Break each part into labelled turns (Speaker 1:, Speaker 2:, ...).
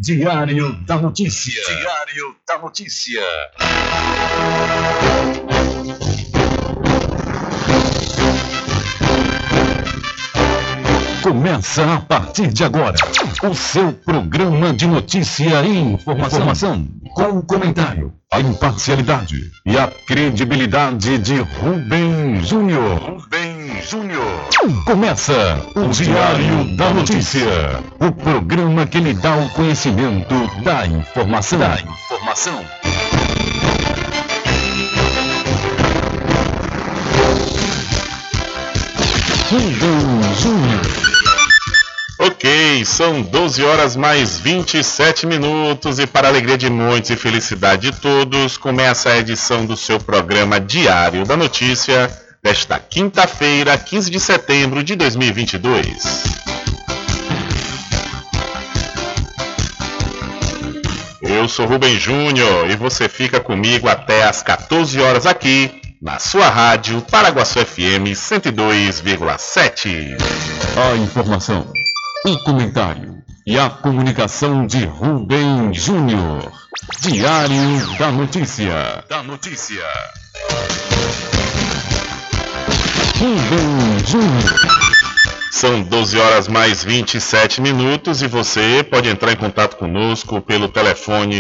Speaker 1: Diário da Notícia. Diário da Notícia. Começa a partir de agora o seu programa de notícia e informação com o comentário, a imparcialidade e a credibilidade de Rubem Júnior. Começa o Diário da Notícia, o programa que lhe dá o conhecimento da informação. Rubem Júnior.
Speaker 2: Ok, são 12 horas mais 27 minutos e para a alegria de muitos e felicidade de todos, começa a edição do seu programa Diário da Notícia desta quinta-feira, 15 de setembro de 2022. Eu sou Rubem Júnior e você fica comigo até às 14 horas aqui na sua rádio Paraguaçu FM 102,7.
Speaker 1: A informação, o comentário e a comunicação de Rubem Júnior. Diário da Notícia. Rubem Júnior.
Speaker 2: São 12 horas mais 27 minutos e você pode entrar em contato conosco pelo telefone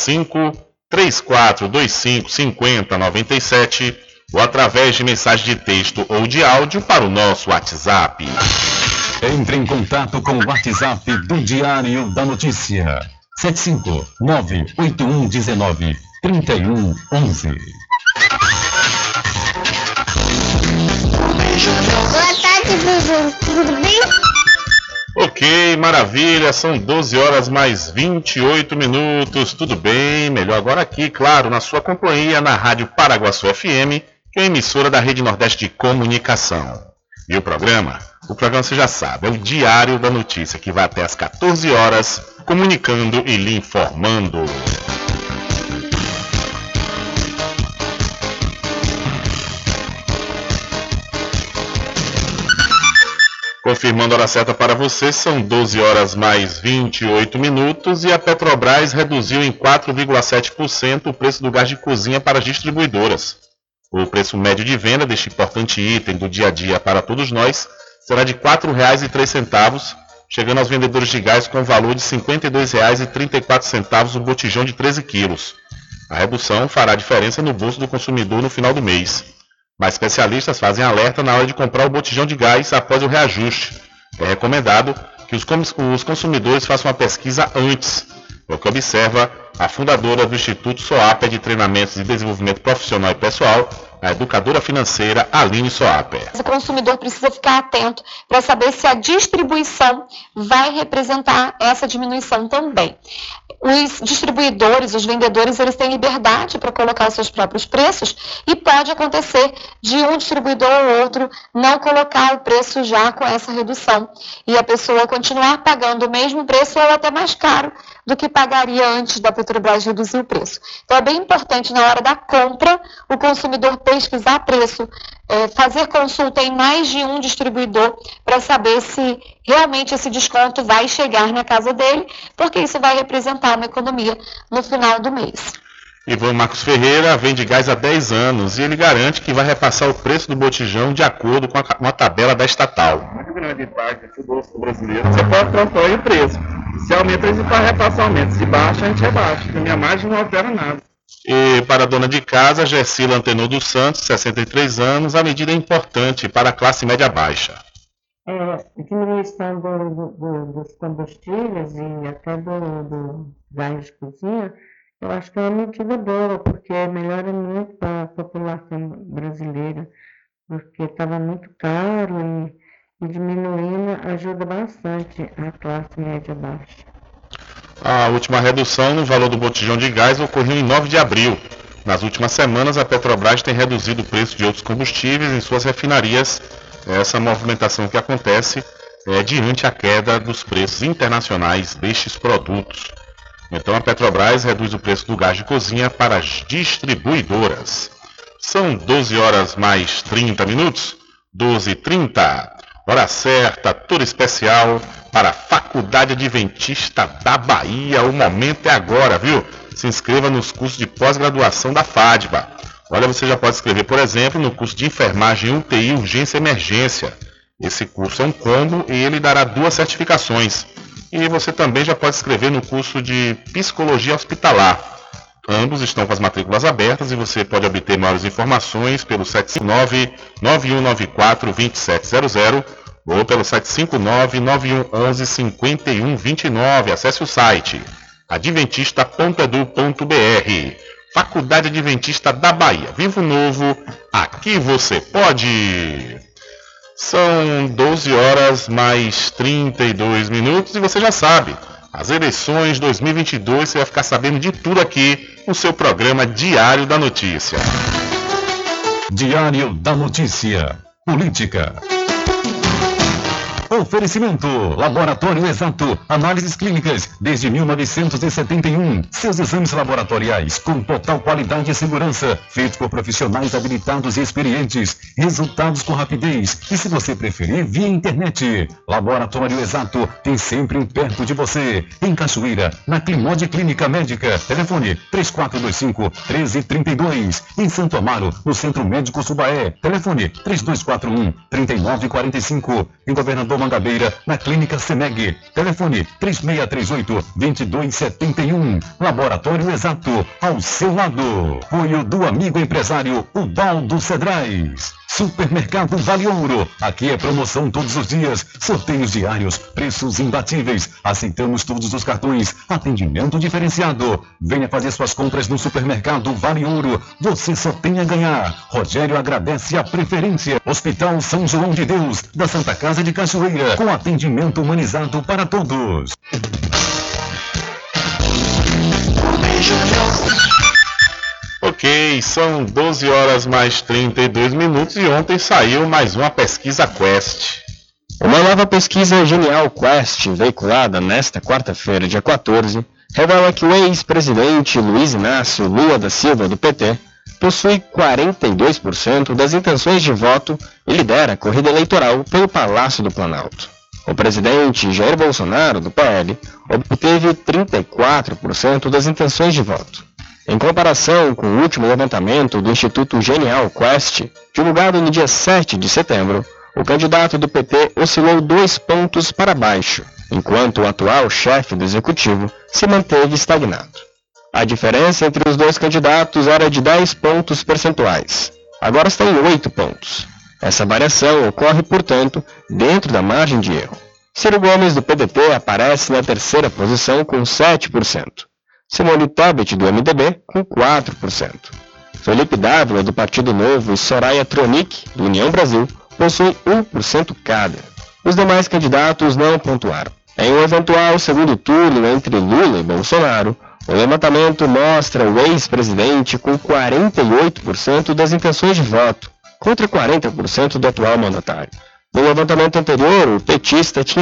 Speaker 2: 75-3425-5097 ou através de mensagem de texto ou de áudio para o nosso WhatsApp.
Speaker 1: Entre em contato com o WhatsApp do Diário da Notícia. 759-8119-3111.
Speaker 3: Boa tarde, Bruno. Tudo bem?
Speaker 2: Ok, maravilha, são 12 horas mais 28 minutos, tudo bem? Melhor agora aqui, claro, na sua companhia, na Rádio Paraguaçu FM, que é a emissora da Rede Nordeste de Comunicação. E o programa você já sabe, é o Diário da Notícia, que vai até às 14 horas, comunicando e lhe informando. Confirmando a hora certa para você, são 12 horas mais 28 minutos e a Petrobras reduziu em 4,7% o preço do gás de cozinha para as distribuidoras. O preço médio de venda deste importante item do dia a dia para todos nós será de R$ 4,03, chegando aos vendedores de gás com o valor de R$ 52,34 o botijão de 13 quilos. A redução fará diferença no bolso do consumidor no final do mês. Mas especialistas fazem alerta na hora de comprar o botijão de gás após o reajuste. É recomendado que os consumidores façam uma pesquisa antes, é o que observa a fundadora do Instituto SOAPER de Treinamentos e Desenvolvimento Profissional e Pessoal, a educadora financeira Aline Soaper.
Speaker 4: O consumidor precisa ficar atento para saber se a distribuição vai representar essa diminuição também. Os distribuidores, os vendedores, eles têm liberdade para colocar os seus próprios preços e pode acontecer de um distribuidor ou outro não colocar o preço já com essa redução e a pessoa continuar pagando o mesmo preço ou até mais caro do que pagaria antes da Petrobras reduzir o preço. Então é bem importante na hora da compra o consumidor pesquisar preço, fazer consulta em mais de um distribuidor para saber se realmente esse desconto vai chegar na casa dele, porque isso vai representar uma economia no final do mês.
Speaker 2: Ivan Marcos Ferreira vende gás há 10 anos e ele garante que vai repassar o preço do botijão de acordo com a tabela da estatal.
Speaker 5: Muito grande parte do bolso brasileiro, você pode propor o preço. Se aumenta, a gente vai repassar o aumento. Se baixa, a gente rebaixa. A minha margem não altera nada.
Speaker 2: E para a dona de casa, Gersila Antenor dos Santos, 63 anos, a medida é importante para a classe média baixa.
Speaker 6: Diminuição dos combustíveis e até do gás de cozinha, eu acho que é uma medida boa, porque melhora muito para a população brasileira, porque estava muito caro e diminuindo ajuda bastante a classe média baixa.
Speaker 2: A última redução no valor do botijão de gás ocorreu em 9 de abril. Nas últimas semanas, a Petrobras tem reduzido o preço de outros combustíveis em suas refinarias. Essa movimentação que acontece é diante a queda dos preços internacionais destes produtos. Então a Petrobras reduz o preço do gás de cozinha para as distribuidoras. São 12 horas mais 30 minutos, 12h30. Hora certa, toda especial para a Faculdade Adventista da Bahia. O momento é agora, viu? Se inscreva nos cursos de pós-graduação da FADBA. Olha, você já pode inscrever, por exemplo, no curso de enfermagem UTI, urgência e emergência. Esse curso é um combo e ele dará 2 certificações. E você também já pode inscrever no curso de psicologia hospitalar. Ambos estão com as matrículas abertas e você pode obter maiores informações pelo 759-9194-2700 ou pelo 759-9111-5129. Acesse o site adventista.edu.br. Faculdade Adventista da Bahia. Vivo Novo, aqui você pode! São 12 horas mais 32 minutos e você já sabe, as eleições 2022 você vai ficar sabendo de tudo aqui no seu programa Diário da Notícia.
Speaker 1: Diário da Notícia. Política. Oferecimento, Laboratório Exato, análises clínicas desde 1971. Seus exames laboratoriais com total qualidade e segurança, feitos por profissionais habilitados e experientes, resultados com rapidez e, se você preferir, via internet. Laboratório Exato tem sempre um perto de você. Em Cachoeira, na Climode Clínica Médica, telefone 3425-1332. Em Santo Amaro, no Centro Médico Subaé, telefone 3241-3945. Em Governador Mangabeira, na Clínica Semeg, telefone 3638-2271. Laboratório Exato, ao seu lado. Apoio do amigo empresário Ubaldo Cedrais. Supermercado Vale Ouro, aqui é promoção todos os dias, sorteios diários, preços imbatíveis, aceitamos todos os cartões, atendimento diferenciado. Venha fazer suas compras no Supermercado Vale Ouro, você só tem a ganhar. Rogério agradece a preferência. Hospital São João de Deus, da Santa Casa de Cachoeira, com atendimento humanizado para todos.
Speaker 2: Ok, são 12 horas mais 32 minutos e ontem saiu mais uma pesquisa Quest.
Speaker 7: Uma nova pesquisa Genial Quest, veiculada nesta quarta-feira, dia 14, revela que o ex-presidente Luiz Inácio Lula da Silva, do PT, possui 42% das intenções de voto e lidera a corrida eleitoral pelo Palácio do Planalto. O presidente Jair Bolsonaro, do PL, obteve 34% das intenções de voto. Em comparação com o último levantamento do Instituto Genial Quest, divulgado no dia 7 de setembro, o candidato do PT oscilou 2 pontos para baixo, enquanto o atual chefe do executivo se manteve estagnado. A diferença entre os dois candidatos era de 10 pontos percentuais. Agora está em 8 pontos. Essa variação ocorre, portanto, dentro da margem de erro. Ciro Gomes, do PDT, aparece na terceira posição com 7%. Simone Tebet, do MDB, com 4%. Felipe Dávila, do Partido Novo, e Soraya Tronic, do União Brasil, possuem 1% cada. Os demais candidatos não pontuaram. Em um eventual segundo turno entre Lula e Bolsonaro, o levantamento mostra o ex-presidente com 48% das intenções de voto, contra 40% do atual mandatário. No levantamento anterior, o petista tinha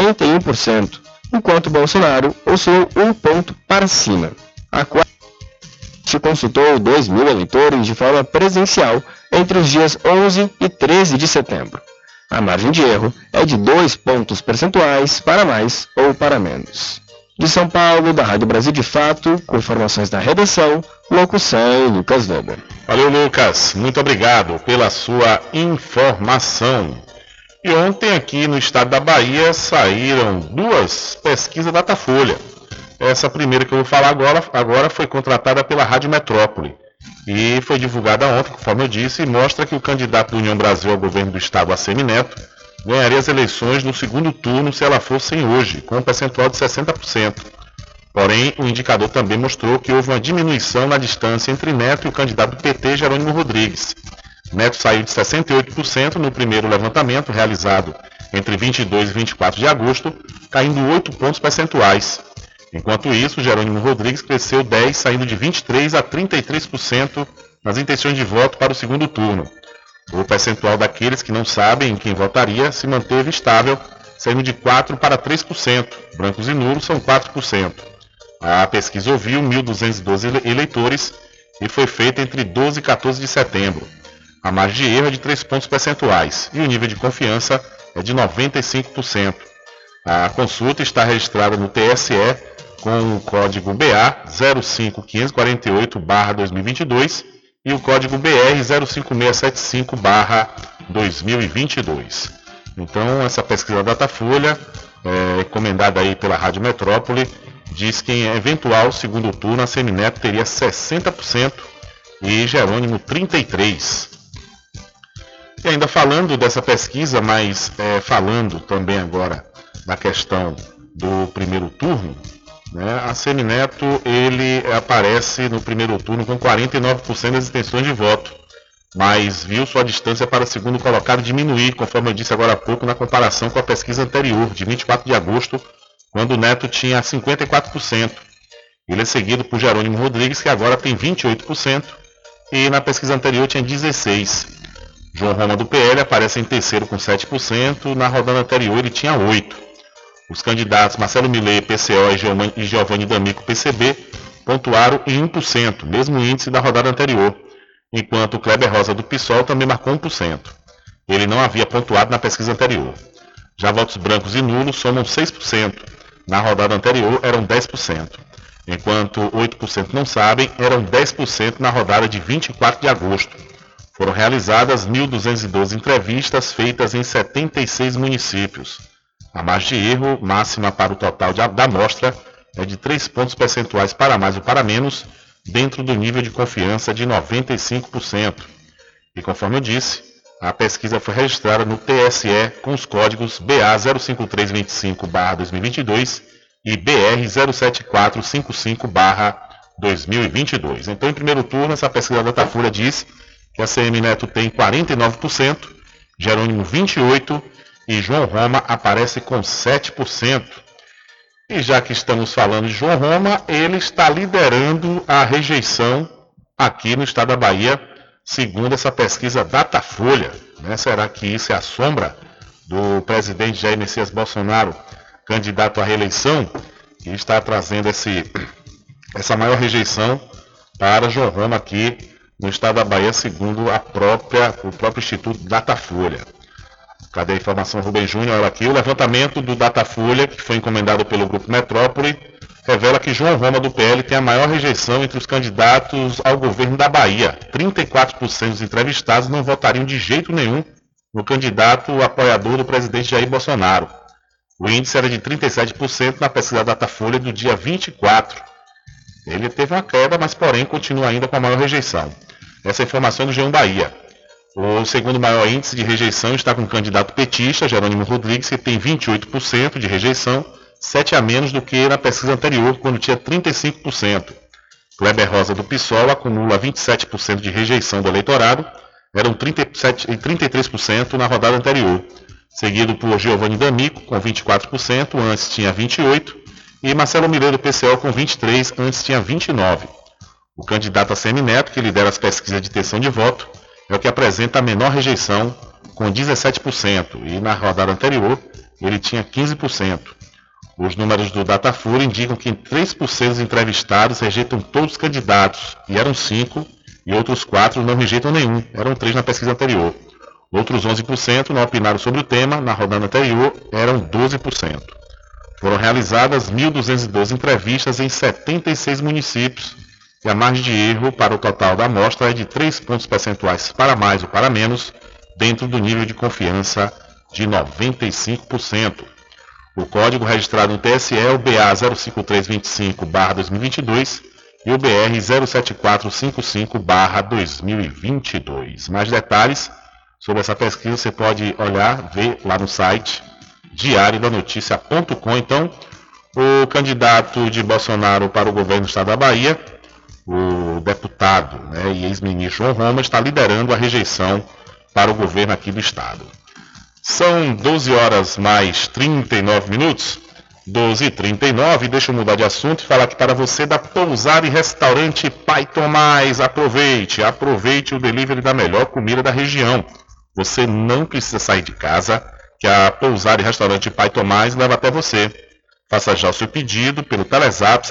Speaker 7: 51%, enquanto Bolsonaro oscilou 1 ponto para cima. A Quest consultou 2.000 eleitores de forma presencial entre os dias 11 e 13 de setembro. A margem de erro é de 2 pontos percentuais para mais ou para menos. De São Paulo, da Rádio Brasil de Fato, com informações da redação, locução Lucas Lobo.
Speaker 2: Valeu, Lucas. Muito obrigado pela sua informação. E ontem aqui no estado da Bahia saíram 2 pesquisas Datafolha. Essa primeira que eu vou falar agora foi contratada pela Rádio Metrópole e foi divulgada ontem, conforme eu disse, e mostra que o candidato do União Brasil ao governo do estado, ACM Neto, ganharia as eleições no segundo turno se elas fossem hoje, com um percentual de 60%. Porém, o indicador também mostrou que houve uma diminuição na distância entre Neto e o candidato do PT, Jerônimo Rodrigues. Neto saiu de 68% no primeiro levantamento, realizado entre 22 e 24 de agosto, caindo 8 pontos percentuais. Enquanto isso, Jerônimo Rodrigues cresceu 10, saindo de 23% a 33% nas intenções de voto para o segundo turno. O percentual daqueles que não sabem em quem votaria se manteve estável, saindo de 4% para 3%. Brancos e nulos são 4%. A pesquisa ouviu 1.212 eleitores e foi feita entre 12 e 14 de setembro. A margem de erro é de 3 pontos percentuais e o nível de confiança é de 95%. A consulta está registrada no TSE com o código BA 05548/2022 e o código BR 05675/2022. Então, essa pesquisa Datafolha, encomendada aí pela Rádio Metrópole, diz que em eventual segundo turno a Semineto teria 60% e Jerônimo 33%. E ainda falando dessa pesquisa, mas falando também agora da questão do primeiro turno, né, a Semineto ele aparece no primeiro turno com 49% das intenções de voto, mas viu sua distância para o segundo colocado diminuir, conforme eu disse agora há pouco, na comparação com a pesquisa anterior, de 24 de agosto, quando o Neto tinha 54%. Ele é seguido por Jerônimo Rodrigues, que agora tem 28%, e na pesquisa anterior tinha 16%. João Roma, do PL, aparece em terceiro com 7%, na rodada anterior ele tinha 8%. Os candidatos Marcelo Milei, PCO, e Giovanni D'Amico, PCB, pontuaram em 1%, mesmo índice da rodada anterior, enquanto o Kleber Rosa, do PSOL, também marcou 1%. Ele não havia pontuado na pesquisa anterior. Já votos brancos e nulos somam 6%. Na rodada anterior eram 10%, enquanto 8% não sabem, eram 10% na rodada de 24 de agosto. Foram realizadas 1.212 entrevistas feitas em 76 municípios. A margem de erro máxima para o total da amostra é de 3 pontos percentuais para mais ou para menos, dentro do nível de confiança de 95%. E conforme eu disse, a pesquisa foi registrada no TSE com os códigos BA 05325/2022 e BR 07455/2022. Então, em primeiro turno, essa pesquisa da Datafolha diz que a Semineto tem 49%, Jerônimo 28% e João Roma aparece com 7%. E já que estamos falando de João Roma, ele está liderando a rejeição aqui no estado da Bahia, segundo essa pesquisa Datafolha. Né? Será que isso é a sombra do presidente Jair Messias Bolsonaro, candidato à reeleição, que está trazendo essa maior rejeição para João Roma aqui no estado da Bahia, segundo o próprio Instituto Datafolha. Cadê a informação, Rubem Júnior? Olha aqui, o levantamento do Datafolha, que foi encomendado pelo Grupo Metrópole, revela que João Roma, do PL, tem a maior rejeição entre os candidatos ao governo da Bahia. 34% dos entrevistados não votariam de jeito nenhum no candidato apoiador do presidente Jair Bolsonaro. O índice era de 37% na pesquisa Datafolha do dia 24. Ele teve uma queda, mas porém continua ainda com a maior rejeição. Essa é a informação do G1 Bahia. O segundo maior índice de rejeição está com o candidato petista, Jerônimo Rodrigues, que tem 28% de rejeição, 7 a menos do que na pesquisa anterior, quando tinha 35%. Kleber Rosa, do PSOL, acumula 27% de rejeição do eleitorado, eram 33% na rodada anterior, seguido por Giovanni D'Amico, com 24%, antes tinha 28%, e Marcelo Milei, do PCO, com 23%, antes tinha 29%. O candidato a Semineto, que lidera as pesquisas de intenção de voto, é o que apresenta a menor rejeição, com 17%, e na rodada anterior ele tinha 15%. Os números do Datafolha indicam que 3% dos entrevistados rejeitam todos os candidatos, e eram 5%, e outros 4% não rejeitam nenhum, eram 3% na pesquisa anterior. Outros 11% não opinaram sobre o tema, na rodada anterior eram 12%. Foram realizadas 1.212 entrevistas em 76 municípios, e a margem de erro para o total da amostra é de 3 pontos percentuais para mais ou para menos, dentro do nível de confiança de 95%. O código registrado no TSE é o BA 05325/2022 e o BR 07455/2022. Mais detalhes sobre essa pesquisa você pode olhar, ver lá no site diariodanoticia.com. Então, o candidato de Bolsonaro para o governo do estado da Bahia, o deputado, e ex-ministro João Roma, está liderando a rejeição para o governo aqui do estado. São 12 horas mais 39 minutos, 12h39, deixa eu mudar de assunto e falar aqui para você da Pousada e Restaurante Pai Tomás. Aproveite o delivery da melhor comida da região. Você não precisa sair de casa, que a Pousada e Restaurante Pai Tomás leva até você. Faça já o seu pedido pelo Telezap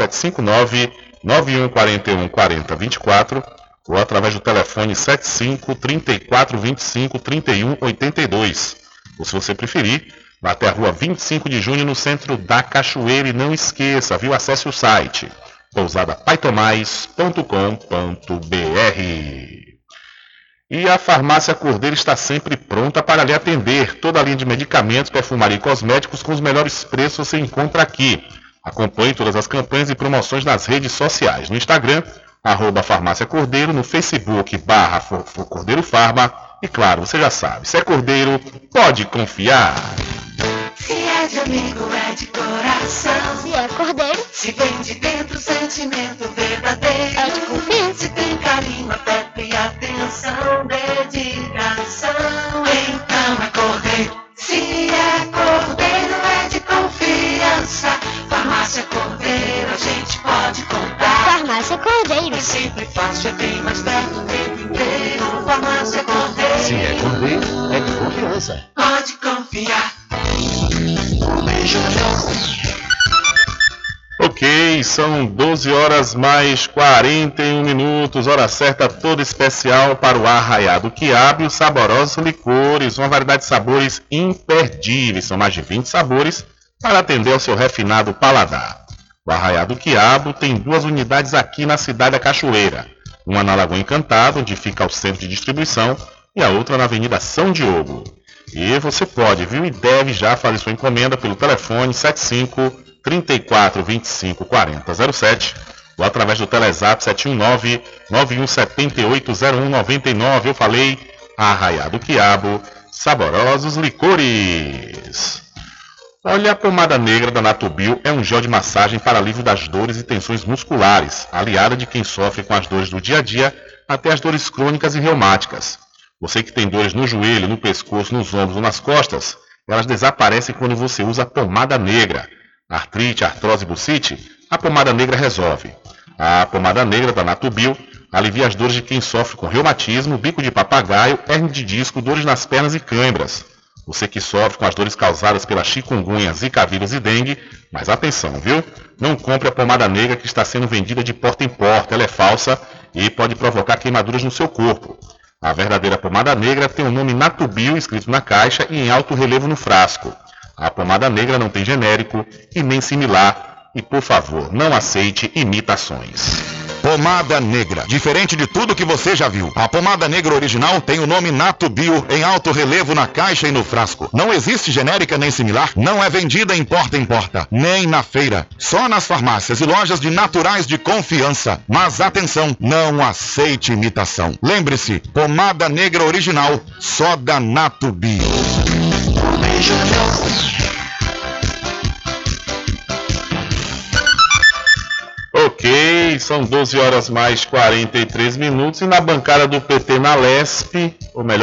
Speaker 2: 759-9141-4024 ou através do telefone 75-3425-3182. Ou se você preferir, Vai até a rua 25 de junho, no centro da Cachoeira. E não esqueça, viu? Acesse o site pousadapaitomais.com.br. E a Farmácia Cordeiro está sempre pronta para lhe atender. Toda a linha de medicamentos, perfumaria e cosméticos com os melhores preços você encontra aqui. Acompanhe todas as campanhas e promoções nas redes sociais. No Instagram, @Farmácia Cordeiro, no Facebook, /Cordeiro Farma. E claro, você já sabe, se é Cordeiro, pode confiar.
Speaker 8: Se é de amigo, é de coração.
Speaker 3: Se é Cordeiro,
Speaker 8: Se vem de dentro, sentimento verdadeiro.
Speaker 3: é de confiança.
Speaker 8: Se tem carinho, afeto e atenção, dedicação, então é Cordeiro. Se é Cordeiro, é de confiança. Farmácia Cordeiro, a gente pode contar.
Speaker 3: Farmácia Cordeiro.
Speaker 8: É sempre fácil, é bem mais perto o tempo inteiro. Farmácia Cordeiro.
Speaker 1: Se é Cordeiro, é de confiança.
Speaker 8: Pode confiar.
Speaker 2: Ok, são 12 horas mais 41 minutos, hora certa toda especial para o Arraiado Quiabo e os saborosos licores, uma variedade de sabores imperdíveis, são mais de 20 sabores para atender ao seu refinado paladar. O Arraiado Quiabo tem 2 unidades aqui na cidade da Cachoeira, uma na Lagoa Encantada, onde fica o centro de distribuição, e a outra na Avenida São Diogo. E você pode, viu, e deve já fazer sua encomenda pelo telefone 75 34 25 40 07 ou através do Telezap 719 9178 0199. Eu falei Arraiado Quiabo, saborosos licores. Olha, a pomada negra da Natubio é um gel de massagem para alívio das dores e tensões musculares, aliada de quem sofre com as dores do dia a dia até as dores crônicas e reumáticas. Você que tem dores no joelho, no pescoço, nos ombros ou nas costas, elas desaparecem quando você usa a pomada negra. Artrite, artrose e bursite, a pomada negra resolve. A pomada negra da Natubio alivia as dores de quem sofre com reumatismo, bico de papagaio, hernia de disco, dores nas pernas e cãibras. Você que sofre com as dores causadas pela chikungunya, zika vírus e dengue, mas atenção, viu? Não compre a pomada negra que está sendo vendida de porta em porta, ela é falsa e pode provocar queimaduras no seu corpo. A verdadeira pomada negra tem o nome Natubio escrito na caixa e em alto relevo no frasco. A pomada negra não tem genérico e nem similar. E, por favor, não aceite imitações.
Speaker 9: Pomada negra. Diferente de tudo que você já viu. A pomada negra original tem o nome Natubio em alto relevo na caixa e no frasco. Não existe genérica nem similar. Não é vendida em porta, nem na feira. Só nas farmácias e lojas de naturais de confiança. Mas atenção, não aceite imitação. Lembre-se, pomada negra original, só da Natubio.
Speaker 2: Ok, são 12 horas mais 43 minutos e na bancada do PT na Lesp, ou melhor,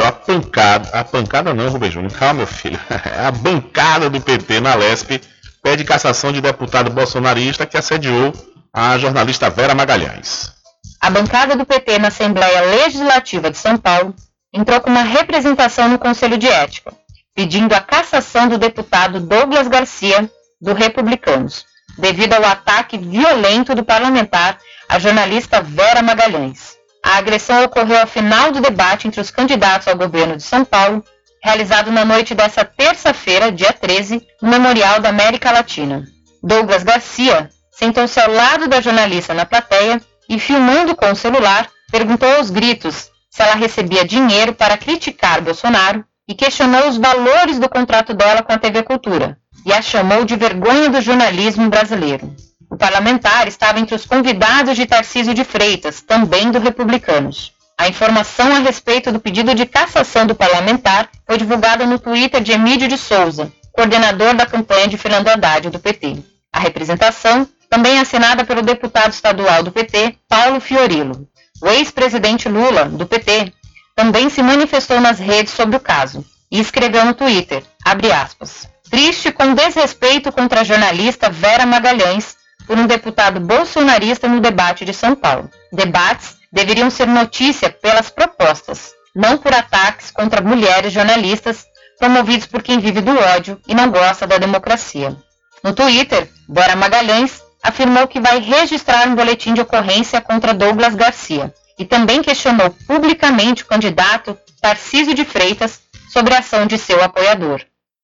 Speaker 2: a pancada não, Rubem Júnior, calma meu filho, a bancada do PT na Lesp pede cassação de deputado bolsonarista que assediou a jornalista Vera Magalhães.
Speaker 10: A bancada do PT na Assembleia Legislativa de São Paulo entrou com uma representação no Conselho de Ética, pedindo a cassação do deputado Douglas Garcia, do Republicanos, devido ao ataque violento do parlamentar à jornalista Vera Magalhães. A agressão ocorreu ao final do debate entre os candidatos ao governo de São Paulo, realizado na noite desta terça-feira, dia 13, no Memorial da América Latina. Douglas Garcia sentou-se ao lado da jornalista na plateia e, filmando com o celular, perguntou aos gritos se ela recebia dinheiro para criticar Bolsonaro e questionou os valores do contrato dela com a TV Cultura e a chamou de vergonha do jornalismo brasileiro. O parlamentar estava entre os convidados de Tarcísio de Freitas, também do Republicanos. A informação a respeito do pedido de cassação do parlamentar foi divulgada no Twitter de Emílio de Souza, coordenador da campanha de Fernando Haddad do PT. A representação também é assinada pelo deputado estadual do PT, Paulo Fiorilo. O ex-presidente Lula, do PT, também se manifestou nas redes sobre o caso e escreveu no Twitter, abre aspas, triste com desrespeito contra a jornalista Vera Magalhães por um deputado bolsonarista no debate de São Paulo. Debates deveriam ser notícia pelas propostas, não por ataques contra mulheres jornalistas promovidos por quem vive do ódio e não gosta da democracia. No Twitter, Vera Magalhães afirmou que vai registrar um boletim de ocorrência contra Douglas Garcia e também questionou publicamente o candidato Tarcísio de Freitas sobre a ação de seu apoiador.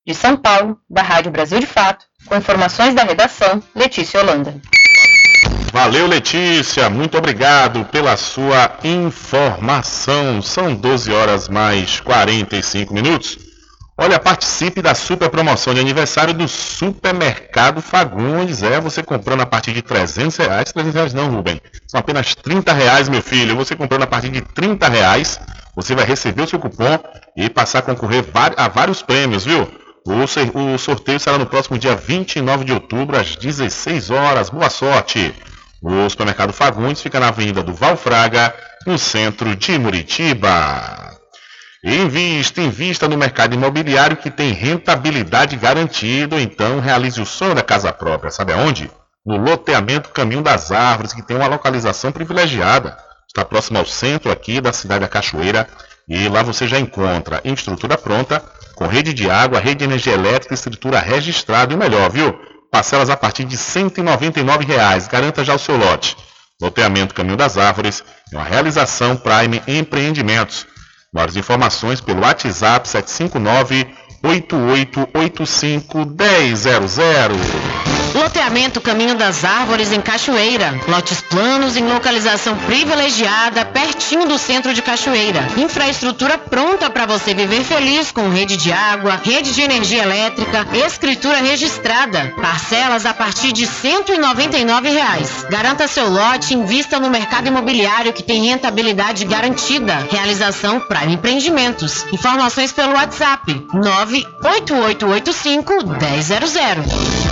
Speaker 10: De São Paulo, da Rádio Brasil de Fato, com informações da redação, Letícia Holanda.
Speaker 2: Valeu, Letícia, muito obrigado pela sua informação. São 12 horas mais 45 minutos. Olha, participe da super promoção de aniversário do Supermercado Fagundes. Você comprando a partir de R$300. R$300 não, Rubem. São apenas R$30, meu filho. Você comprando a partir de R$30, você vai receber o seu cupom e passar a concorrer a vários prêmios, viu? O sorteio será no próximo dia 29 de outubro, às 16 horas. Boa sorte! O Supermercado Fagundes fica na Avenida do Valfraga, no centro de Muritiba. Invista no mercado imobiliário que tem rentabilidade garantida. Então realize o sonho da casa própria. Sabe aonde? No loteamento Caminho das Árvores, que tem uma localização privilegiada. Está próximo ao centro aqui da cidade da Cachoeira. E lá você já encontra infraestrutura pronta, com rede de água, rede de energia elétrica, escritura registrada e o melhor, viu? Parcelas a partir de R$ 199. Garanta já o seu lote. Loteamento Caminho das Árvores é uma realização Prime Empreendimentos. Maiores informações pelo WhatsApp 759-8885-1000.
Speaker 11: Loteamento Caminho das Árvores em Cachoeira. Lotes planos em localização privilegiada, pertinho do centro de Cachoeira. Infraestrutura pronta para você viver feliz, com rede de água, rede de energia elétrica, escritura registrada. Parcelas a partir de R$ 199. Garanta seu lote e invista no mercado imobiliário que tem rentabilidade garantida. Realização Prime Empreendimentos. Informações pelo WhatsApp 98885-1000.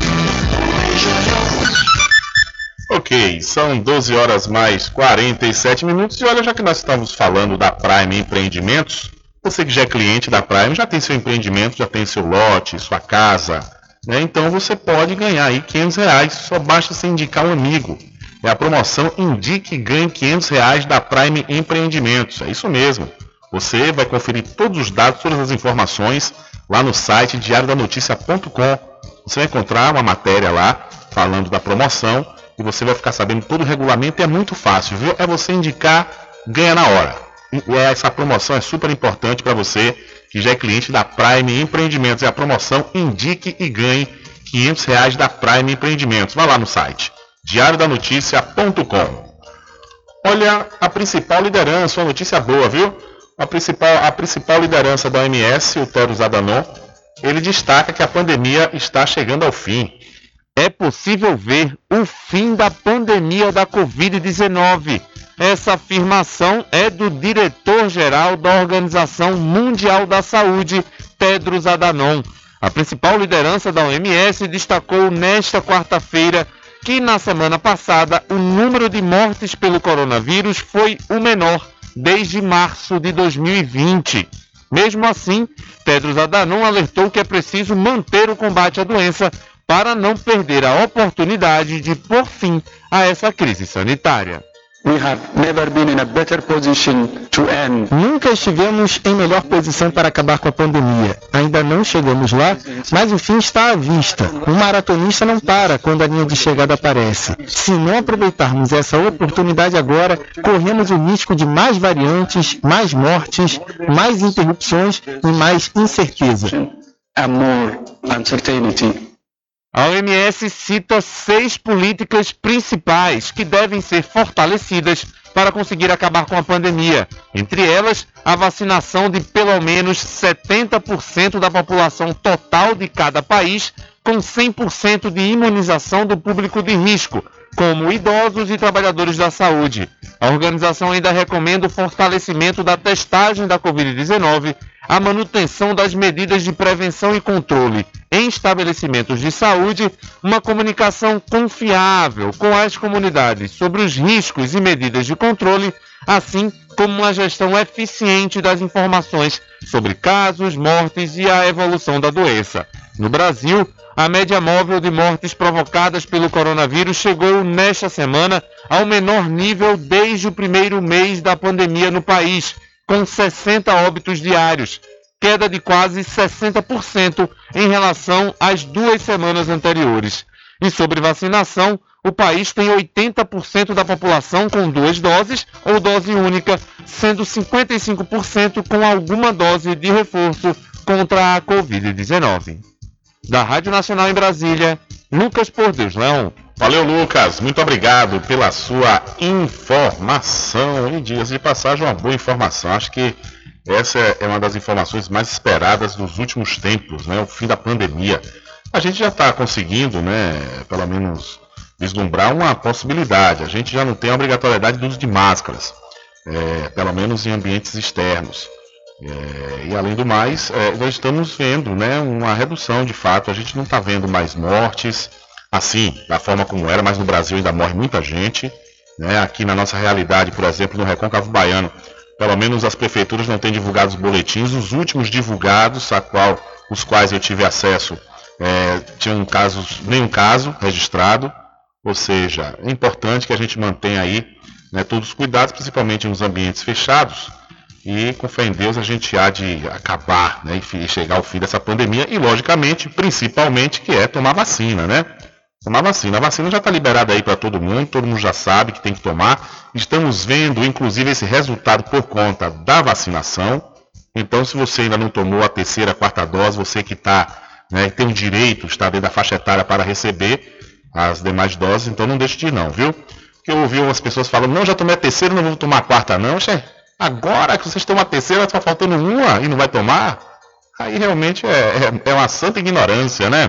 Speaker 2: Ok, são 12 horas mais 47 minutos e olha, já que nós estamos falando da Prime Empreendimentos, você que já é cliente da Prime, já tem seu empreendimento, já tem seu lote, sua casa, né? Então você pode ganhar aí R$500, só basta você indicar um amigo. É a promoção Indique e Ganhe R$500 da Prime Empreendimentos, é isso mesmo. Você vai conferir todos os dados, todas as informações lá no site diariodanoticia.com. Você vai encontrar uma matéria lá falando da promoção e você vai ficar sabendo todo o regulamento. É muito fácil, viu? É você indicar, ganha na hora. E essa promoção é super importante para você que já é cliente da Prime Empreendimentos. É a promoção Indique e Ganhe R$500 da Prime Empreendimentos. Vai lá no site diariodanoticia.com. Olha, a principal liderança, uma notícia boa, viu? A principal liderança da OMS, o Tedros Adhanom, ele destaca que a pandemia está chegando ao fim. É possível ver o fim da pandemia da Covid-19. Essa afirmação é do diretor-geral da Organização Mundial da Saúde, Tedros Adhanom. A principal liderança da OMS destacou nesta quarta-feira que na semana passada o número de mortes pelo coronavírus foi o menor desde março de 2020. Mesmo assim, Tedros Adhanom alertou que é preciso manter o combate à doença para não perder a oportunidade de pôr fim a essa crise sanitária.
Speaker 12: Nunca estivemos em melhor posição para acabar com a pandemia. Ainda não chegamos lá, mas o fim está à vista. Um maratonista não para quando a linha de chegada aparece. Se não aproveitarmos essa oportunidade agora, corremos o risco de mais variantes, mais mortes, mais interrupções e mais incerteza.
Speaker 2: A OMS cita 6 políticas principais que devem ser fortalecidas para conseguir acabar com a pandemia. Entre elas, a vacinação de pelo menos 70% da população total de cada país, com 100% de imunização do público de risco, como idosos e trabalhadores da saúde. A organização ainda recomenda o fortalecimento da testagem da Covid-19, a manutenção das medidas de prevenção e controle em estabelecimentos de saúde, uma comunicação confiável com as comunidades sobre os riscos e medidas de controle, assim como uma gestão eficiente das informações sobre casos, mortes e a evolução da doença. No Brasil, a média móvel de mortes provocadas pelo coronavírus chegou nesta semana ao menor nível desde o primeiro mês da pandemia no país, com 60 óbitos diários, queda de quase 60% em relação às 2 semanas anteriores. E sobre vacinação, o país tem 80% da população com 2 doses ou dose única, sendo 55% com alguma dose de reforço
Speaker 13: contra a Covid-19. Da Rádio Nacional em Brasília, Lucas Por Deus Leão.
Speaker 2: Valeu, Lucas. Muito obrigado pela sua informação. E dias de passagem, uma boa informação. Acho que essa é uma das informações mais esperadas dos últimos tempos, né? O fim da pandemia. A gente já está conseguindo, né, pelo menos vislumbrar uma possibilidade. A gente já não tem a obrigatoriedade do uso de máscaras, pelo menos em ambientes externos. E além do mais, nós estamos vendo, né, uma redução de fato. A gente não está vendo mais mortes, assim, da forma como era, mas no Brasil ainda morre muita gente, né? Aqui na nossa realidade, por exemplo, no Recôncavo Baiano, pelo menos as prefeituras não têm divulgado os boletins. Os últimos divulgados, os quais eu tive acesso, tinham nenhum caso registrado. Ou seja, é importante que a gente mantenha aí, né, todos os cuidados, principalmente nos ambientes fechados. E com fé em Deus a gente há de acabar, né, e chegar ao fim dessa pandemia. E logicamente, principalmente, que é tomar vacina, né? Tomar vacina. A vacina já está liberada aí para todo mundo já sabe que tem que tomar. Estamos vendo, inclusive, esse resultado por conta da vacinação. Então, se você ainda não tomou a terceira, quarta dose, você que tem o direito, está dentro da faixa etária para receber as demais doses, então não deixe de ir não, viu? Porque eu ouvi umas pessoas falando, não, já tomei a terceira, não vou tomar a quarta não. Agora que vocês tomam a terceira, está faltando uma e não vai tomar? Aí realmente é uma santa ignorância, né?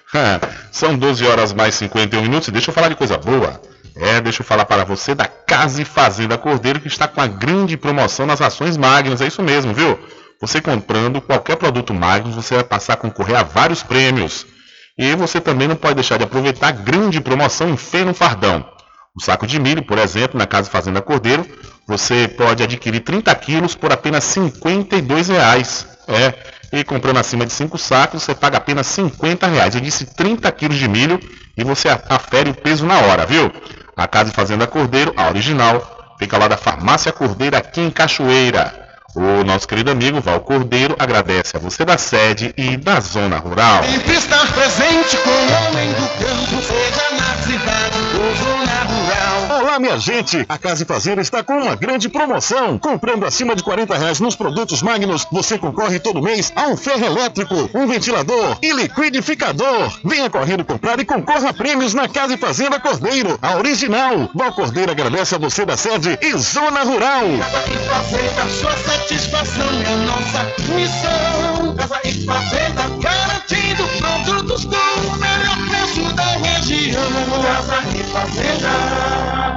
Speaker 2: São 12 horas mais 51 minutos e deixa eu falar de coisa boa. Deixa eu falar para você da Casa e Fazenda Cordeiro, que está com a grande promoção nas ações Magnus, é isso mesmo, viu? Você comprando qualquer produto Magnus, você vai passar a concorrer a vários prêmios. E você também não pode deixar de aproveitar a grande promoção em feira no fardão. O saco de milho, por exemplo, na Casa e Fazenda Cordeiro, você pode adquirir 30 quilos por apenas R$ 52,00. E comprando acima de 5 sacos, você paga apenas R$ 50,00. Eu disse 30 quilos de milho e você afere o peso na hora, viu? A Casa e Fazenda Cordeiro, a original, fica lá da Farmácia Cordeiro, aqui em Cachoeira. O nosso querido amigo Val Cordeiro agradece a você da sede e da zona rural.
Speaker 8: Sempre estar presente com o homem do campo, seja na cidade ou zona rural.
Speaker 9: Olá, minha gente! A Casa e Fazenda está com uma grande promoção. Comprando acima de R$40 nos produtos Magnus, você concorre todo mês a um ferro elétrico, um ventilador e liquidificador. Venha correndo comprar e concorra a prêmios na Casa e Fazenda Cordeiro, a original. Val Cordeiro agradece a você da sede e zona rural.
Speaker 8: Casa e Fazenda, sua satisfação é nossa missão. Casa e Fazenda, garantindo produtos com o melhor preço da região. Casa e Fazenda.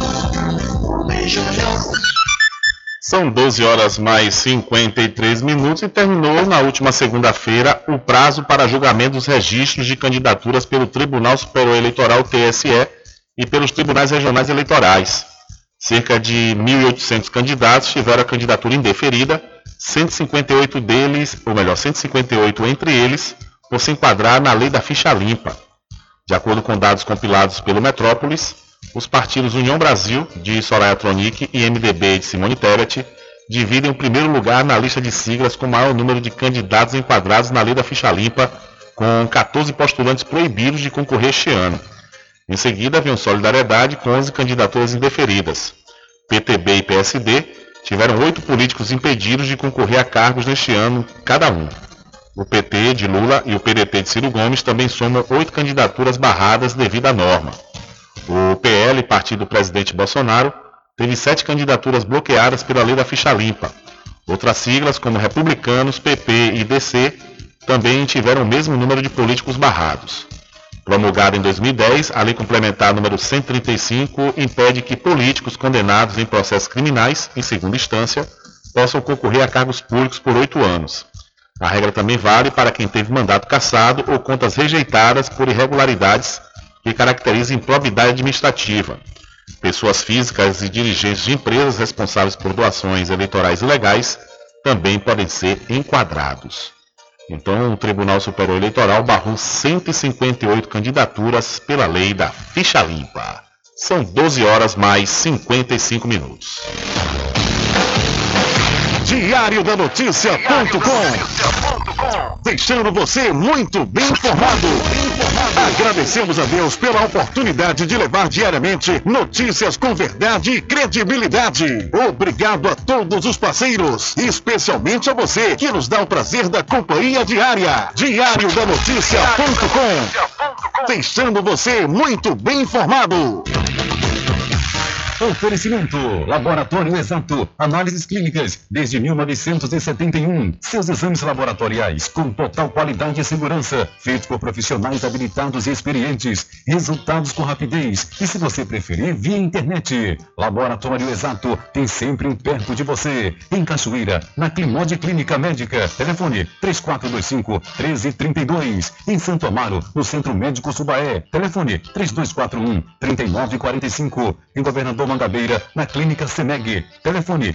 Speaker 2: São 12 horas mais 53 minutos e terminou na última segunda-feira o prazo para julgamento dos registros de candidaturas pelo Tribunal Superior Eleitoral, TSE, e pelos Tribunais Regionais Eleitorais. Cerca de 1.800 candidatos tiveram a candidatura indeferida, 158 entre eles, por se enquadrar na lei da ficha limpa. De acordo com dados compilados pelo Metrópolis, os partidos União Brasil, de Soraya Tronic, e MDB, de Simone Tebet, dividem o primeiro lugar na lista de siglas com o maior número de candidatos enquadrados na lei da ficha limpa, com 14 postulantes proibidos de concorrer este ano. Em seguida, vem o Solidariedade, com 11 candidaturas indeferidas. PTB e PSD tiveram 8 políticos impedidos de concorrer a cargos neste ano, cada um. O PT de Lula e o PDT de Ciro Gomes também somam 8 candidaturas barradas devido à norma. O PL, partido do presidente Bolsonaro, teve 7 candidaturas bloqueadas pela lei da ficha limpa. Outras siglas, como Republicanos, PP e DC, também tiveram o mesmo número de políticos barrados. Promulgada em 2010, a Lei Complementar número 135 impede que políticos condenados em processos criminais, em segunda instância, possam concorrer a cargos públicos por 8 anos. A regra também vale para quem teve mandato cassado ou contas rejeitadas por irregularidades que caracterizam improbidade administrativa. Pessoas físicas e dirigentes de empresas responsáveis por doações eleitorais ilegais também podem ser enquadrados. Então, o Tribunal Superior Eleitoral barrou 158 candidaturas pela lei da ficha limpa. São 12 horas mais 55 minutos.
Speaker 1: diariodanoticia.com, deixando você muito bem informado. Agradecemos a Deus pela oportunidade de levar diariamente notícias com verdade e credibilidade. Obrigado a todos os parceiros, especialmente a você que nos dá o prazer da companhia diária. diariodanoticia.com, deixando você muito bem informado. Oferecimento, Laboratório Exato, análises clínicas desde 1971. Seus exames laboratoriais com total qualidade e segurança, feitos por profissionais habilitados e experientes. Resultados com rapidez e, se você preferir, via internet. Laboratório Exato tem sempre um perto de você. Em Cachoeira, na Climode Clínica Médica. Telefone 3425-1332. Em Santo Amaro, no Centro Médico Subaé. Telefone 3241-3945. Em Governador Mangabeira, na Clínica Semeg. Telefone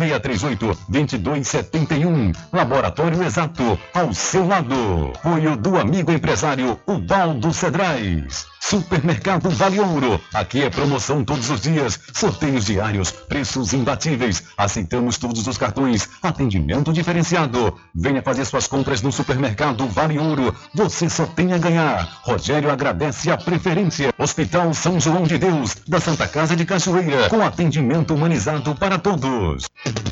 Speaker 1: 3638-2271. Laboratório Exato, ao seu lado. Apoio do amigo empresário Ubaldo Cedrais. Supermercado Vale Ouro. Aqui é promoção todos os dias. Sorteios diários, preços imbatíveis. Aceitamos todos os cartões. Atendimento diferenciado. Venha fazer suas compras no Supermercado Vale Ouro. Você só tem a ganhar. Rogério agradece a preferência. Hospital São João de Deus, da Santa Casa de Cachoeira, com atendimento humanizado para todos.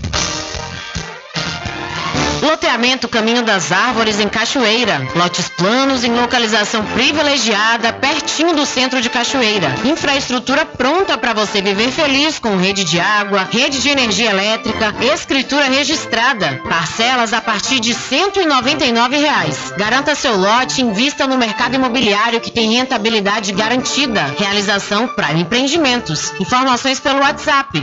Speaker 11: Loteamento Caminho das Árvores em Cachoeira. Lotes planos em localização privilegiada, pertinho do centro de Cachoeira. Infraestrutura pronta para você viver feliz, com rede de água, rede de energia elétrica, escritura registrada. Parcelas a partir de R$ 199. Garanta seu lote e invista no mercado imobiliário que tem rentabilidade garantida. Realização Prime Empreendimentos. Informações pelo WhatsApp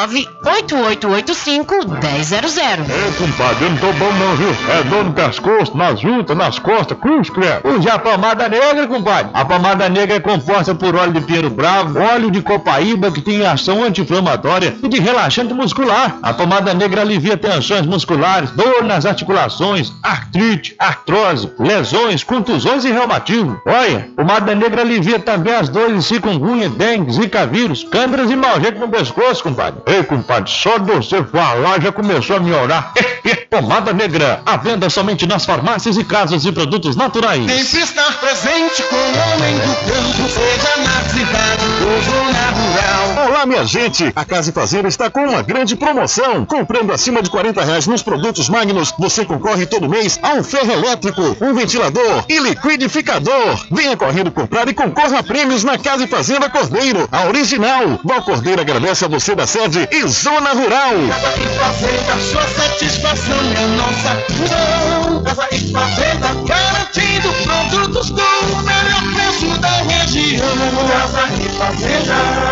Speaker 11: 98885-1000.
Speaker 14: Compadre, eu não tô bom não, viu? É dor no pescoço, nas juntas, nas costas, cruz, credo. Use a pomada negra, compadre. A pomada negra é composta por óleo de pinheiro bravo, óleo de copaíba, que tem ação anti-inflamatória e de relaxante muscular. A pomada negra alivia tensões musculares, dor nas articulações, artrite, artrose, lesões, contusões e reumatismo. Olha, pomada negra alivia também as dores de chikungunya, dengue, zika vírus, câimbras e mau jeito no pescoço, compadre. Ei, compadre, só de você falar já começou a me orar. Pomada negra, à venda somente nas farmácias e casas de produtos naturais.
Speaker 8: Sempre estar presente com o homem do campo, seja na cidade ou zona rural.
Speaker 1: Olá, minha gente! A Casa e Fazenda está com uma grande promoção. Comprando acima de R$40 nos produtos Magnus, você concorre todo mês a um ferro elétrico, um ventilador e liquidificador. Venha correndo comprar e concorra a prêmios na Casa e Fazenda Cordeiro, a original. Val Cordeiro agradece a você da sede e zona rural.
Speaker 8: Casa e Fazenda, sua satisfação é nossa mão. Casa e Fazenda, garantindo produtos com o melhor preço da região. Casa e Fazenda.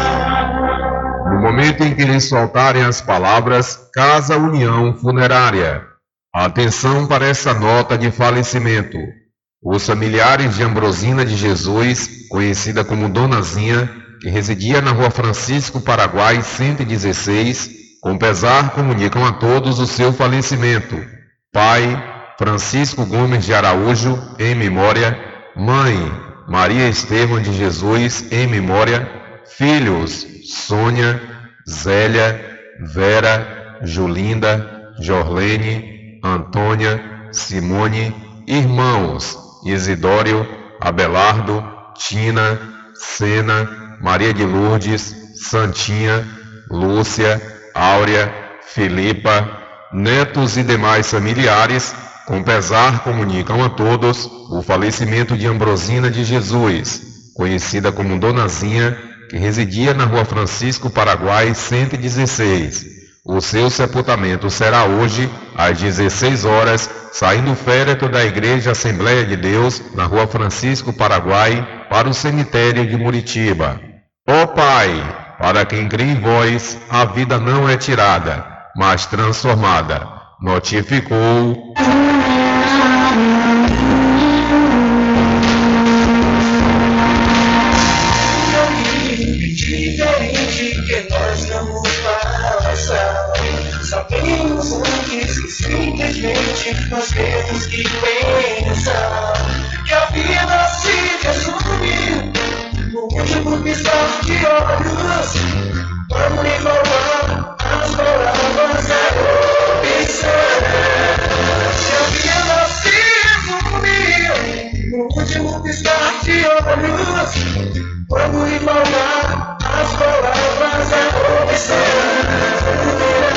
Speaker 15: No momento em que lhes soltarem as palavras Casa União Funerária, atenção para essa nota de falecimento. Os familiares de Ambrosina de Jesus, conhecida como Donazinha, que residia na Rua Francisco Paraguai 116, com pesar comunicam a todos o seu falecimento. Pai, Francisco Gomes de Araújo, em memória. Mãe, Maria Estevão de Jesus, em memória. Filhos, Sônia, Zélia, Vera, Julinda, Jorlene, Antônia, Simone. Irmãos, Isidório, Abelardo, Tina, Sena, Maria de Lourdes, Santinha, Lúcia, Áurea, Filipa. Netos e demais familiares, com pesar comunicam a todos o falecimento de Ambrosina de Jesus, conhecida como Donazinha, que residia na Rua Francisco Paraguai 116. O seu sepultamento será hoje, às 16 horas, saindo o féretro da Igreja Assembleia de Deus, na Rua Francisco Paraguai, para o cemitério de Muritiba. Ó Pai, para quem crê em vós, a vida não é tirada, mas transformada. Notificou...
Speaker 8: Diferente que nós vamos passar. Sabemos antes que simplesmente nós temos que pensar que a vida se resume no último piscar de olhos. Vamos enrolar as palavras, é opção. último piscar de olhos, quando embalar as palavras da opção.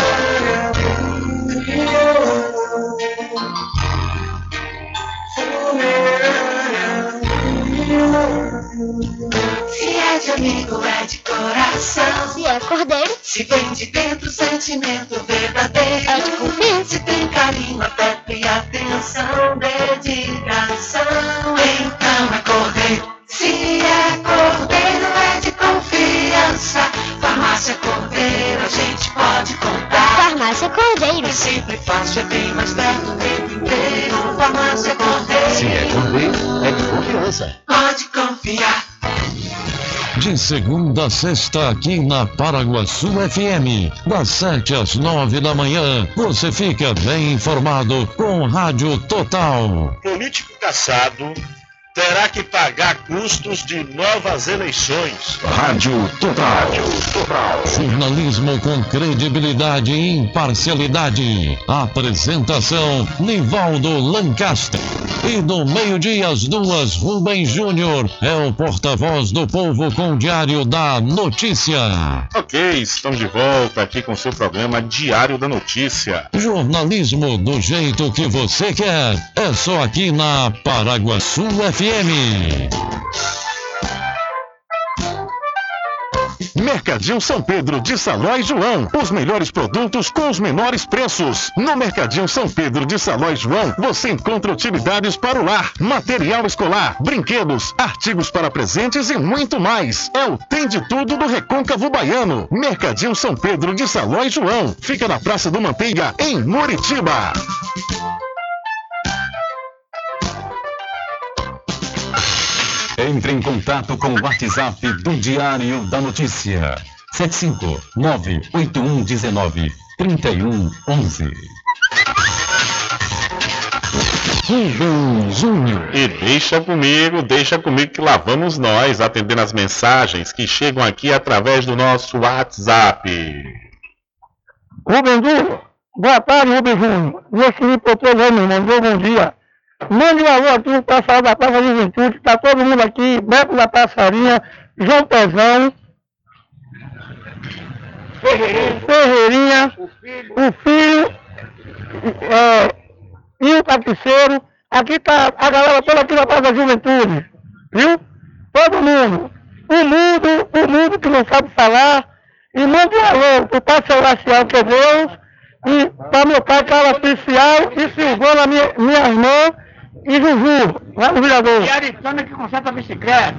Speaker 8: Se é de amigo, é de coração.
Speaker 3: Se é cordeiro,
Speaker 8: se vem de dentro, sentimento verdadeiro.
Speaker 3: É de confiança.
Speaker 8: Se tem carinho, afeto e atenção, dedicação, então é cordeiro. Se é cordeiro, é de confiança. Farmácia Cordeiro, a gente pode contar.
Speaker 3: Farmácia Cordeiro.
Speaker 8: É sempre fácil, é bem mais perto do tempo inteiro. Farmácia Cordeiro.
Speaker 1: Se é cordeiro, é de confiança.
Speaker 8: Pode confiar.
Speaker 1: De segunda a sexta, aqui na Paraguaçu FM, das 7 às 9 da manhã, você fica bem informado com Rádio Total.
Speaker 16: Político cassado terá que pagar custos de novas eleições.
Speaker 1: Rádio Total. Jornalismo com credibilidade e imparcialidade. Apresentação, Nivaldo Lancaster. E do meio-dia às 2, Rubens Júnior é o porta-voz do povo com o Diário da Notícia.
Speaker 2: Ok, estamos de volta aqui com o seu programa Diário da Notícia.
Speaker 1: Jornalismo do jeito que você quer. É só aqui na Paraguaçu FM. Mercadinho São Pedro de Saló e João. Os melhores produtos com os menores preços. No Mercadinho São Pedro de Saló e João, você encontra utilidades para o lar, material escolar, brinquedos, artigos para presentes e muito mais. É o Tem de Tudo do Recôncavo Baiano. Mercadinho São Pedro de Saló e João. Fica na Praça do Manteiga, em Muritiba. Entre em contato com o WhatsApp do Diário da Notícia. 759-8119-3111. Rubens Júnior.
Speaker 2: E deixa comigo que lá vamos nós, atendendo as mensagens que chegam aqui através do nosso WhatsApp.
Speaker 17: Rubens Júnior, boa tarde, Rubens Júnior. Esse me propôs, meu irmão, bom dia. Mande um alô aqui no pessoal da Praça Juventude, está todo mundo aqui, Beto da Passarinha, João Pezão, Ferreirinha, o filho e o tapeceiro. Aqui está a galera toda aqui da Praça da Juventude, viu? Todo mundo. O mundo que não sabe falar. E mande um alô para o Pai Celestial, que é Deus, e para meu pai Carlos Oficial e Silvana, minha irmã, e Juju, lá no Virador. E Aritana que conserta a bicicleta.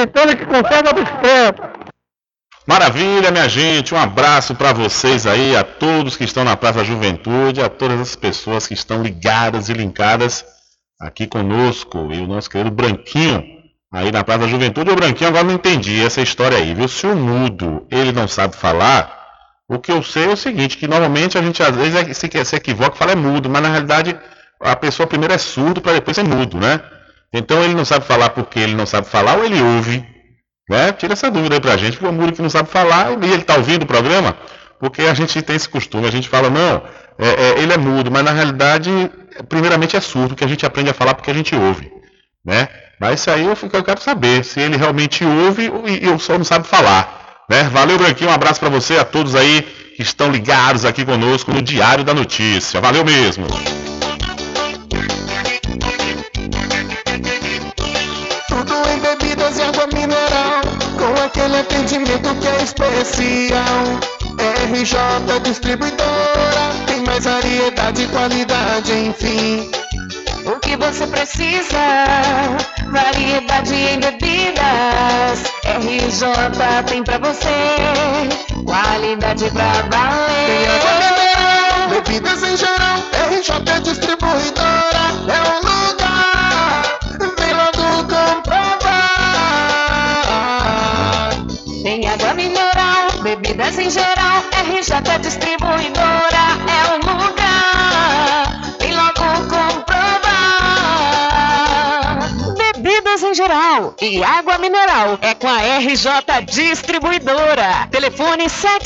Speaker 2: Maravilha, minha gente. Um abraço para vocês aí, a todos que estão na Praça da Juventude, a todas as pessoas que estão ligadas e linkadas aqui conosco. E o nosso querido Branquinho, aí na Praça da Juventude. O Branquinho, agora não entendi essa história aí, viu? Se o mudo, ele não sabe falar, o que eu sei é o seguinte, que normalmente a gente às vezes se equivoca e fala é mudo, mas na realidade a pessoa primeiro é surdo para depois ser mudo, né? Então ele não sabe falar porque ele não sabe falar ou ele ouve, né? Tira essa dúvida aí pra gente, porque o mudo que não sabe falar, e ele tá ouvindo o programa, porque a gente tem esse costume, a gente fala, não, ele é mudo, mas na realidade, primeiramente é surdo, que a gente aprende a falar porque a gente ouve, né? Mas isso aí eu quero saber, se ele realmente ouve ou só não sabe falar, né? Valeu, Branquinho, um abraço pra você, a todos aí que estão ligados aqui conosco no Diário da Notícia, valeu mesmo!
Speaker 8: Em bebidas e água mineral, com aquele atendimento que é especial. RJ Distribuidora, tem mais variedade e qualidade, enfim. O que você precisa, variedade em bebidas. RJ tem pra você, qualidade pra valer. Tem água mineral, bebidas em geral. RJ Distribuidora é um lugar, vem logo comprovar. Tem água mineral, bebidas em geral. RJ Distribuidora é um lugar, vem logo comprovar. Bebidas em geral.
Speaker 11: mineral. E água mineral é com a RJ Distribuidora. Telefone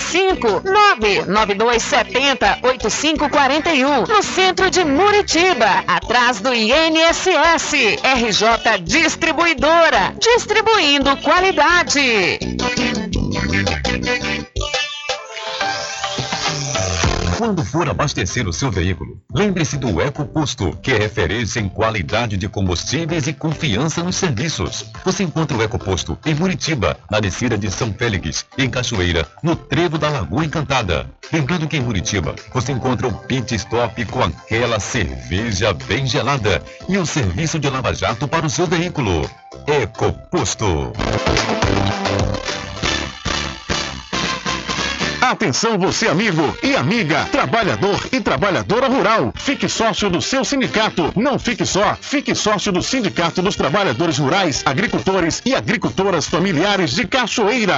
Speaker 11: 75992708541, no centro de Muritiba, atrás do INSS. RJ Distribuidora, distribuindo qualidade.
Speaker 1: Quando for abastecer o seu veículo, lembre-se do EcoPosto, que é referência em qualidade de combustíveis e confiança nos serviços. Você encontra o EcoPosto em Muritiba, na descida de São Félix, em Cachoeira, no trevo da Lagoa Encantada. Lembrando que em Muritiba, você encontra o Pit Stop com aquela cerveja bem gelada e o serviço de lava-jato para o seu veículo. EcoPosto.
Speaker 18: Atenção você amigo e amiga, trabalhador e trabalhadora rural. Fique sócio do seu sindicato. Não fique só, fique sócio do Sindicato dos Trabalhadores Rurais, Agricultores e Agricultoras Familiares de Cachoeira.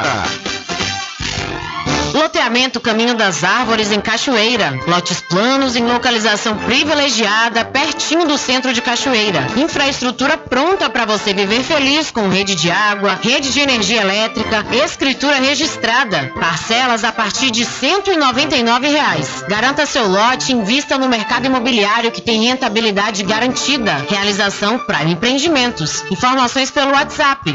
Speaker 11: Loteamento Caminho das Árvores em Cachoeira. Lotes planos em localização privilegiada, pertinho do centro de Cachoeira. Infraestrutura pronta para você viver feliz, com rede de água, rede de energia elétrica, escritura registrada. Parcelas a partir de R$ 199. Garanta seu lote e invista no mercado imobiliário, que tem rentabilidade garantida. Realização Prime Empreendimentos. Informações pelo WhatsApp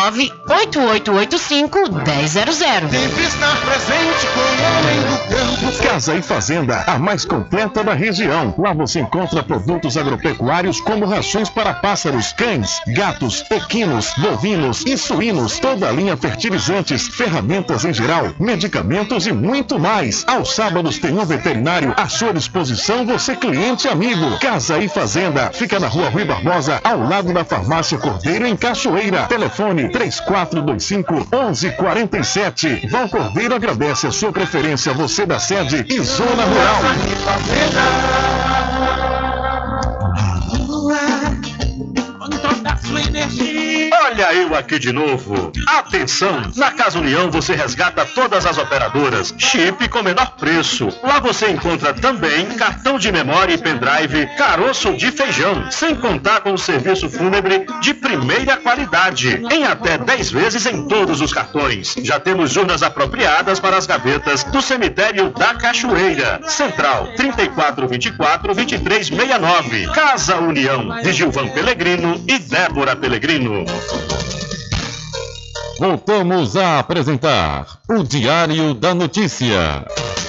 Speaker 11: 98885-1000.
Speaker 18: Sempre estar presente com o homem do campo. Casa e Fazenda, a mais completa da região. Lá você encontra produtos agropecuários como rações para pássaros, cães, gatos, equinos, bovinos e suínos, toda a linha fertilizantes, ferramentas em geral, medicamentos e muito mais. Aos sábados tem um veterinário à sua disposição, você cliente amigo. Casa e Fazenda, fica na Rua Rui Barbosa, ao lado da Farmácia Cordeiro, em Cachoeira. Telefone 3425-1147. Val Cordeiro agradece a sua preferência, você da sede e zona rural.
Speaker 19: Olha eu aqui de novo. Atenção! Na Casa União você resgata todas as operadoras, chip com menor preço. Lá você encontra também cartão de memória e pendrive, caroço de feijão, sem contar com o serviço fúnebre de primeira qualidade, em até 10 vezes em todos os cartões. Já temos urnas apropriadas para as gavetas do cemitério da Cachoeira. Central 3424-2369. Casa União, de Gilvan Pelegrino e Débora Pelegrino.
Speaker 1: Voltamos a apresentar o Diário da Notícia.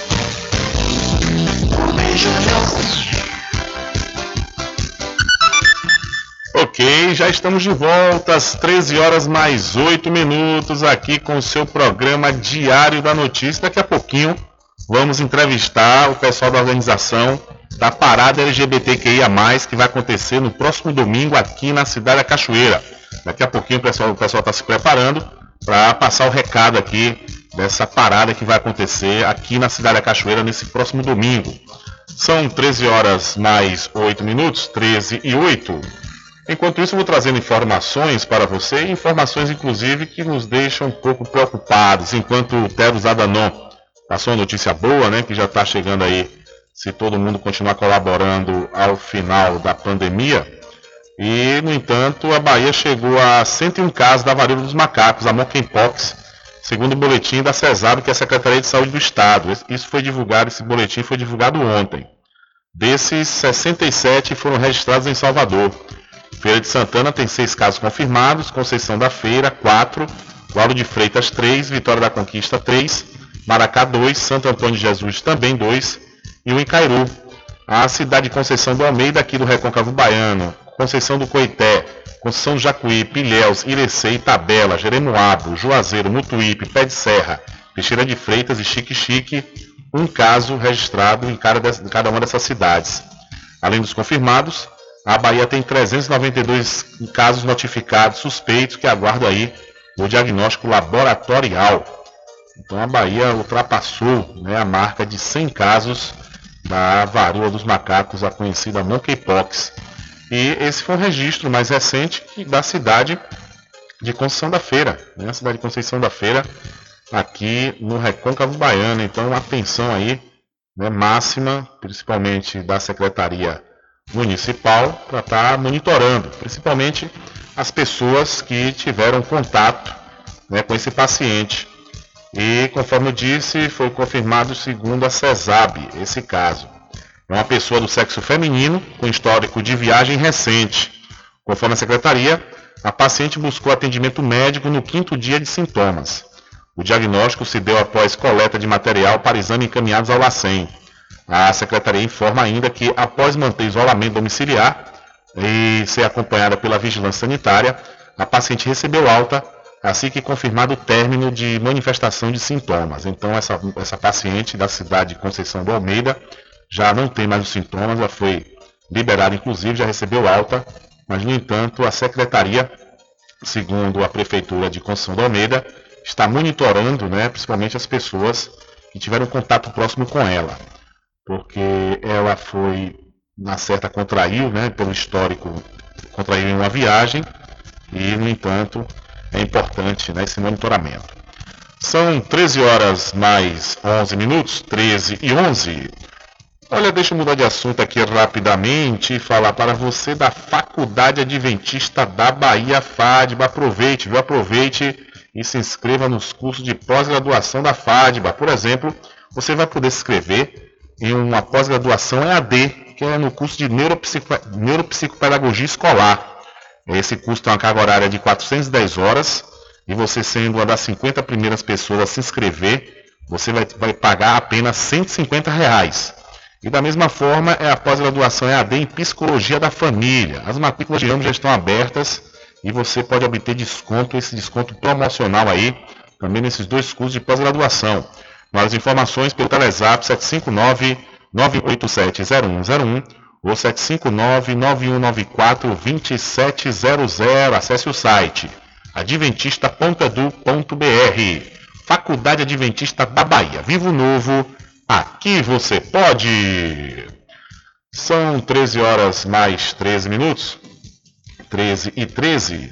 Speaker 2: Ok, já estamos de volta às 13 horas mais 8 minutos aqui com o seu programa Diário da Notícia. Daqui a pouquinho vamos entrevistar o pessoal da organização da Parada LGBTQIA+, que vai acontecer no próximo domingo aqui na cidade da Cachoeira. Daqui a pouquinho o pessoal está se preparando para passar o recado aqui dessa parada que vai acontecer aqui na cidade da Cachoeira nesse próximo domingo. São 13 horas mais 8 minutos, 13 e 8. Enquanto isso, eu vou trazendo informações para você, informações inclusive que nos deixam um pouco preocupados, enquanto o Tero Zadanon passou uma notícia boa, né, que já está chegando aí, se todo mundo continuar colaborando ao final da pandemia. E, no entanto, a Bahia chegou a 101 casos da varíola dos macacos, a monkeypox, segundo o boletim da CESAB, que é a Secretaria de Saúde do Estado. Esse boletim foi divulgado ontem. Desses, 67 foram registrados em Salvador. Feira de Santana tem 6 casos confirmados, Conceição da Feira, 4, Lauro de Freitas, 3, Vitória da Conquista, 3, Maracá, 2, Santo Antônio de Jesus, também 2, e o Incairu. A cidade de Conceição do Almeida, aqui do Recôncavo Baiano, Conceição do Coité, Conceição do Jacuí, Pilhéus, Irecê, Itabela, Jeremoabo, Juazeiro, Mutuípe, Pé de Serra, Teixeira de Freitas e Xique-Xique, um caso registrado em cada uma dessas cidades. Além dos confirmados, a Bahia tem 392 casos notificados suspeitos que aguardam aí o diagnóstico laboratorial. Então a Bahia ultrapassou, né, a marca de 100 casos da varíola dos macacos, a conhecida monkeypox. E esse foi um registro mais recente da cidade de Conceição da Feira, né? A cidade de Conceição da Feira, aqui no Recôncavo Baiano. Então, atenção aí, né, máxima, principalmente da Secretaria Municipal, para estar monitorando, principalmente as pessoas que tiveram contato, né, com esse paciente. E, conforme eu disse, foi confirmado segundo a CESAB esse caso. É uma pessoa do sexo feminino com histórico de viagem recente. Conforme a secretaria, a paciente buscou atendimento médico no 5º dia de sintomas. O diagnóstico se deu após coleta de material para exame encaminhados ao LACEN. A secretaria informa ainda que, após manter isolamento domiciliar e ser acompanhada pela vigilância sanitária, a paciente recebeu alta assim que confirmado o término de manifestação de sintomas. Então, essa paciente da cidade de Conceição do Almeida já não tem mais os sintomas, já foi liberada, inclusive, já recebeu alta, mas, no entanto, a secretaria, segundo a Prefeitura de Conceição do Almeida, está monitorando, né, principalmente as pessoas que tiveram contato próximo com ela, porque ela foi, na certa, contraiu, né, pelo histórico, contraiu em uma viagem e, no entanto, é importante, né, esse monitoramento. São 13 horas mais 11 minutos, 13 e 11. Olha, deixa eu mudar de assunto aqui rapidamente e falar para você da Faculdade Adventista da Bahia, FADBA. Aproveite, viu? Aproveite e se inscreva nos cursos de pós-graduação da FADBA. Por exemplo, você vai poder se inscrever em uma pós-graduação EAD, que é no curso de Neuropsicopedagogia Escolar. Esse curso tem uma carga horária de 410 horas e você, sendo uma das 50 primeiras pessoas a se inscrever, você vai pagar apenas R$150. E da mesma forma é a pós-graduação EAD em Psicologia da Família. As matrículas de ambos já estão abertas e você pode obter desconto, esse desconto promocional aí, também nesses dois cursos de pós-graduação. Mais informações pelo Telezap 759-987-0101 ou 759-9194-2700. Acesse o site adventista.edu.br. Faculdade Adventista da Bahia. Vivo Novo, aqui você pode. São 13 horas mais 13 minutos. 13 e 13.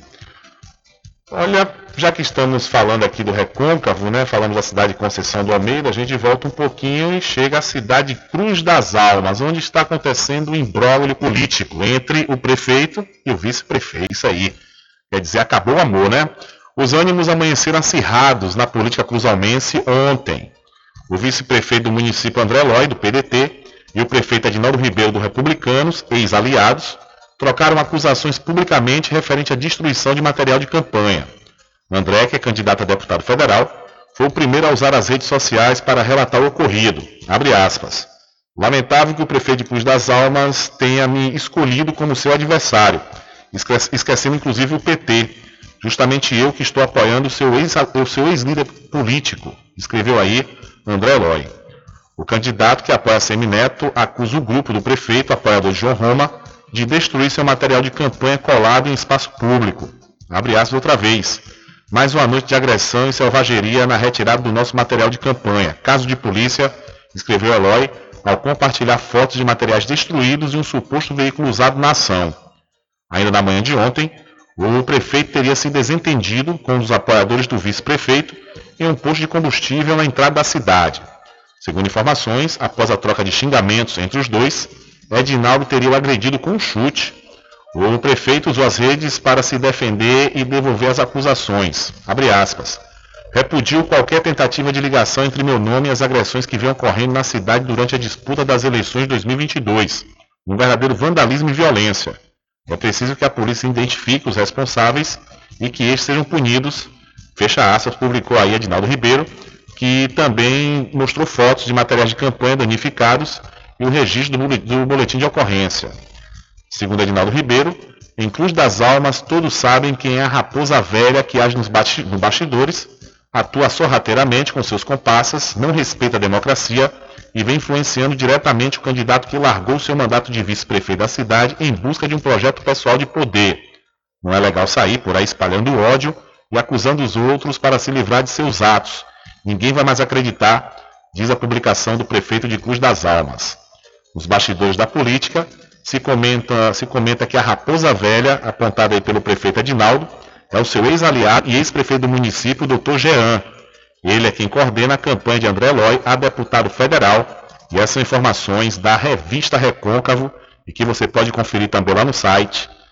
Speaker 2: Olha, já que estamos falando aqui do Recôncavo, né, falando da cidade de Conceição do Almeida, a gente volta um pouquinho e chega à cidade de Cruz das Almas, onde está acontecendo um imbróglio político entre o prefeito e o vice-prefeito. Isso aí, quer dizer, acabou o amor, né? Os ânimos amanheceram acirrados na política cruzalmense ontem. O vice-prefeito do município, André Eloy, do PDT, e o prefeito Adinaldo Ribeiro, do Republicanos, ex-aliados, trocaram acusações publicamente referente à destruição de material de campanha. André, que é candidato a deputado federal, foi o primeiro a usar as redes sociais para relatar o ocorrido. Abre aspas. Lamentável que o prefeito de Cruz das Almas tenha me escolhido como seu adversário, esquecendo inclusive o PT. Justamente eu que estou apoiando o seu ex-líder político, escreveu aí André Eloy. O candidato que apoia Semineto acusa o grupo do prefeito, apoiador de João Roma, de destruir seu material de campanha colado em espaço público. Abre aspas outra vez. Mais uma noite de agressão e selvageria na retirada do nosso material de campanha. Caso de polícia, escreveu Eloy, ao compartilhar fotos de materiais destruídos e um suposto veículo usado na ação. Ainda na manhã de ontem, o prefeito teria se desentendido com os apoiadores do vice-prefeito em um posto de combustível na entrada da cidade. Segundo informações, após a troca de xingamentos entre os dois, Edinaldo teria o agredido com um chute. O prefeito usou as redes para se defender e devolver as acusações. Abre aspas. Repudio qualquer tentativa de ligação entre meu nome e as agressões que vêm ocorrendo na cidade durante a disputa das eleições de 2022. Um verdadeiro vandalismo e violência. É preciso que a polícia identifique os responsáveis e que estes sejam punidos. Fecha aspas, publicou aí Adinaldo Ribeiro, que também mostrou fotos de materiais de campanha danificados e o registro do boletim de ocorrência. Segundo Adinaldo Ribeiro, em Cruz das Almas todos sabem quem é a raposa velha que age nos bastidores, atua sorrateiramente com seus comparsas, não respeita a democracia e vem influenciando diretamente o candidato que largou seu mandato de vice-prefeito da cidade em busca de um projeto pessoal de poder. Não é legal sair por aí espalhando ódio e acusando os outros para se livrar de seus atos. Ninguém vai mais acreditar, diz a publicação do prefeito de Cruz das Almas. Nos bastidores da política, se comenta que a raposa velha, apontada aí pelo prefeito Adinaldo, é o seu ex-aliado e ex-prefeito do município, Dr. Jean. Ele é quem coordena a campanha de André Eloy a deputado federal, e essas são informações da revista Recôncavo, e que você pode conferir também lá no site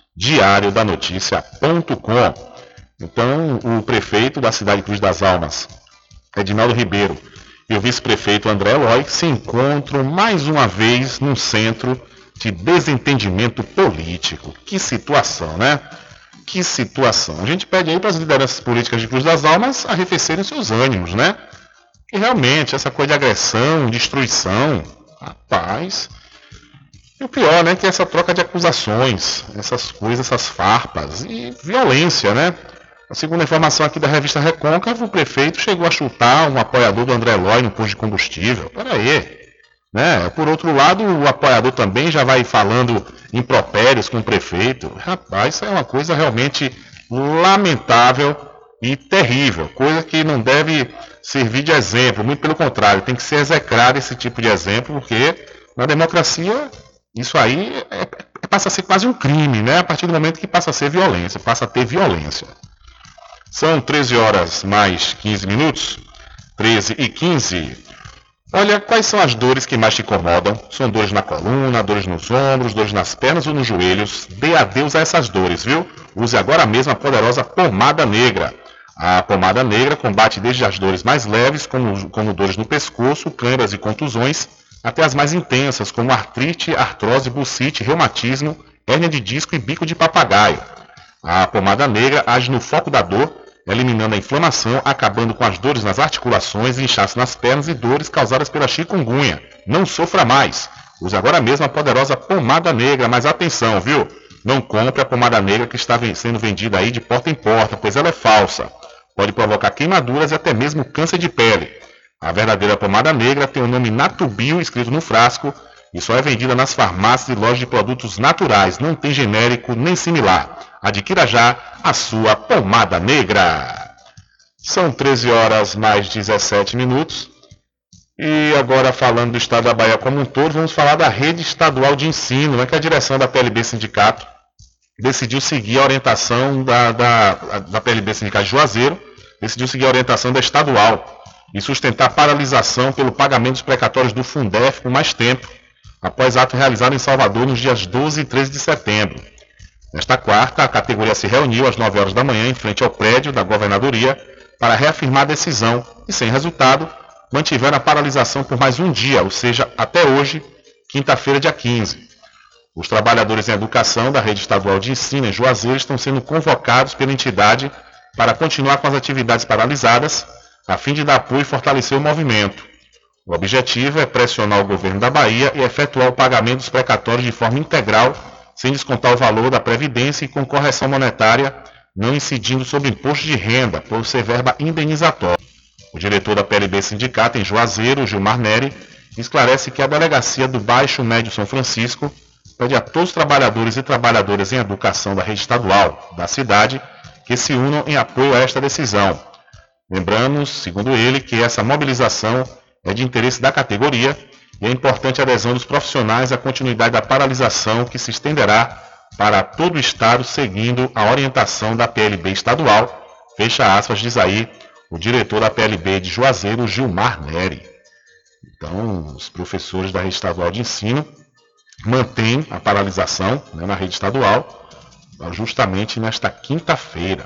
Speaker 2: diariodanoticia.com. Então, o prefeito da cidade de Cruz das Almas, Edinaldo Ribeiro, e o vice-prefeito André Eloy se encontram mais uma vez num centro de desentendimento político. Que situação, né? Que situação. A gente pede aí para as lideranças políticas de Cruz das Almas arrefecerem seus ânimos, né? E realmente, essa coisa de agressão, destruição, rapaz. E o pior, né? Que essa troca de acusações, essas coisas, essas farpas e violência, né? A segunda informação aqui da revista Recôncavo, o prefeito chegou a chutar um apoiador do André Eloy no posto de combustível. Peraí. Né? Por outro lado, o apoiador também já vai falando impropérios com o prefeito. Rapaz, isso é uma coisa realmente lamentável e terrível. Coisa que não deve servir de exemplo. Muito pelo contrário, tem que ser execrado esse tipo de exemplo, porque na democracia isso aí passa a ser quase um crime, né? A partir do momento que passa a ser violência, passa a ter violência. São 13 horas mais 15 minutos, 13 e 15. Olha, quais são as dores que mais te incomodam? São dores na coluna, dores nos ombros, dores nas pernas ou nos joelhos? Dê adeus a essas dores, viu? Use agora mesmo a poderosa pomada negra. A pomada negra combate desde as dores mais leves, como dores no pescoço, câimbras e contusões, até as mais intensas, como artrite, artrose, bursite, reumatismo, hérnia de disco e bico de papagaio. A pomada negra age no foco da dor, eliminando a inflamação, acabando com as dores nas articulações, inchaço nas pernas e dores causadas pela chikungunya. Não sofra mais. Use agora mesmo a poderosa pomada negra, mas atenção, viu? Não compre a pomada negra que está sendo vendida aí de porta em porta, pois ela é falsa. Pode provocar queimaduras e até mesmo câncer de pele. A verdadeira pomada negra tem o nome Natubio escrito no frasco e só é vendida nas farmácias e lojas de produtos naturais, não tem genérico nem similar. Adquira já a sua pomada negra. São 13 horas mais 17 minutos. E agora, falando do estado da Bahia como um todo, vamos falar da rede estadual de ensino, né, que a direção da PLB Sindicato decidiu seguir a orientação da PLB Sindicato de Juazeiro, decidiu seguir a orientação da estadual e sustentar a paralisação pelo pagamento dos precatórios do Fundef por mais tempo, após ato realizado em Salvador nos dias 12 e 13 de setembro. Nesta quarta, a categoria se reuniu às 9 horas da manhã em frente ao prédio da governadoria para reafirmar a decisão e, sem resultado, mantiveram a paralisação por mais um dia, ou seja, até hoje, quinta-feira, dia 15. Os trabalhadores em educação da rede estadual de ensino em Juazeiro estão sendo convocados pela entidade para continuar com as atividades paralisadas, a fim de dar apoio e fortalecer o movimento. O objetivo é pressionar o governo da Bahia e efetuar o pagamento dos precatórios de forma integral, sem descontar o valor da Previdência e com correção monetária, não incidindo sobre imposto de renda, por ser verba indenizatória. O diretor da PLB Sindicato em Juazeiro, Gilmar Neri, esclarece que a delegacia do Baixo Médio São Francisco pede a todos os trabalhadores e trabalhadoras em educação da rede estadual da cidade que se unam em apoio a esta decisão. Lembramos, segundo ele, que essa mobilização é de interesse da categoria e é importante a adesão dos profissionais à continuidade da paralisação que se estenderá para todo o estado seguindo a orientação da PLB estadual. Fecha aspas, diz aí o diretor da PLB de Juazeiro, Gilmar Neri. Então, os professores da rede estadual de ensino mantêm a paralisação, né, na rede estadual justamente nesta quinta-feira.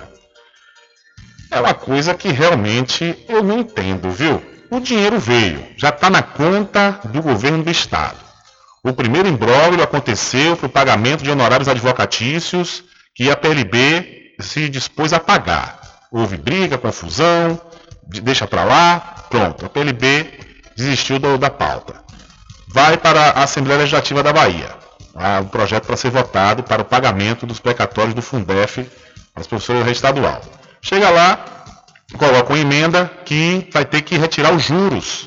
Speaker 2: É uma coisa que realmente eu não entendo, viu? O dinheiro veio, já está na conta do governo do estado. O primeiro imbróglio aconteceu para o pagamento de honorários advocatícios que a PLB se dispôs a pagar. Houve briga, confusão, deixa para lá, pronto, a PLB desistiu da pauta. Vai para a Assembleia Legislativa da Bahia, um projeto para ser votado para o pagamento dos precatórios do Fundef às professoras da rede estadual. Chega lá, coloca uma emenda que vai ter que retirar os juros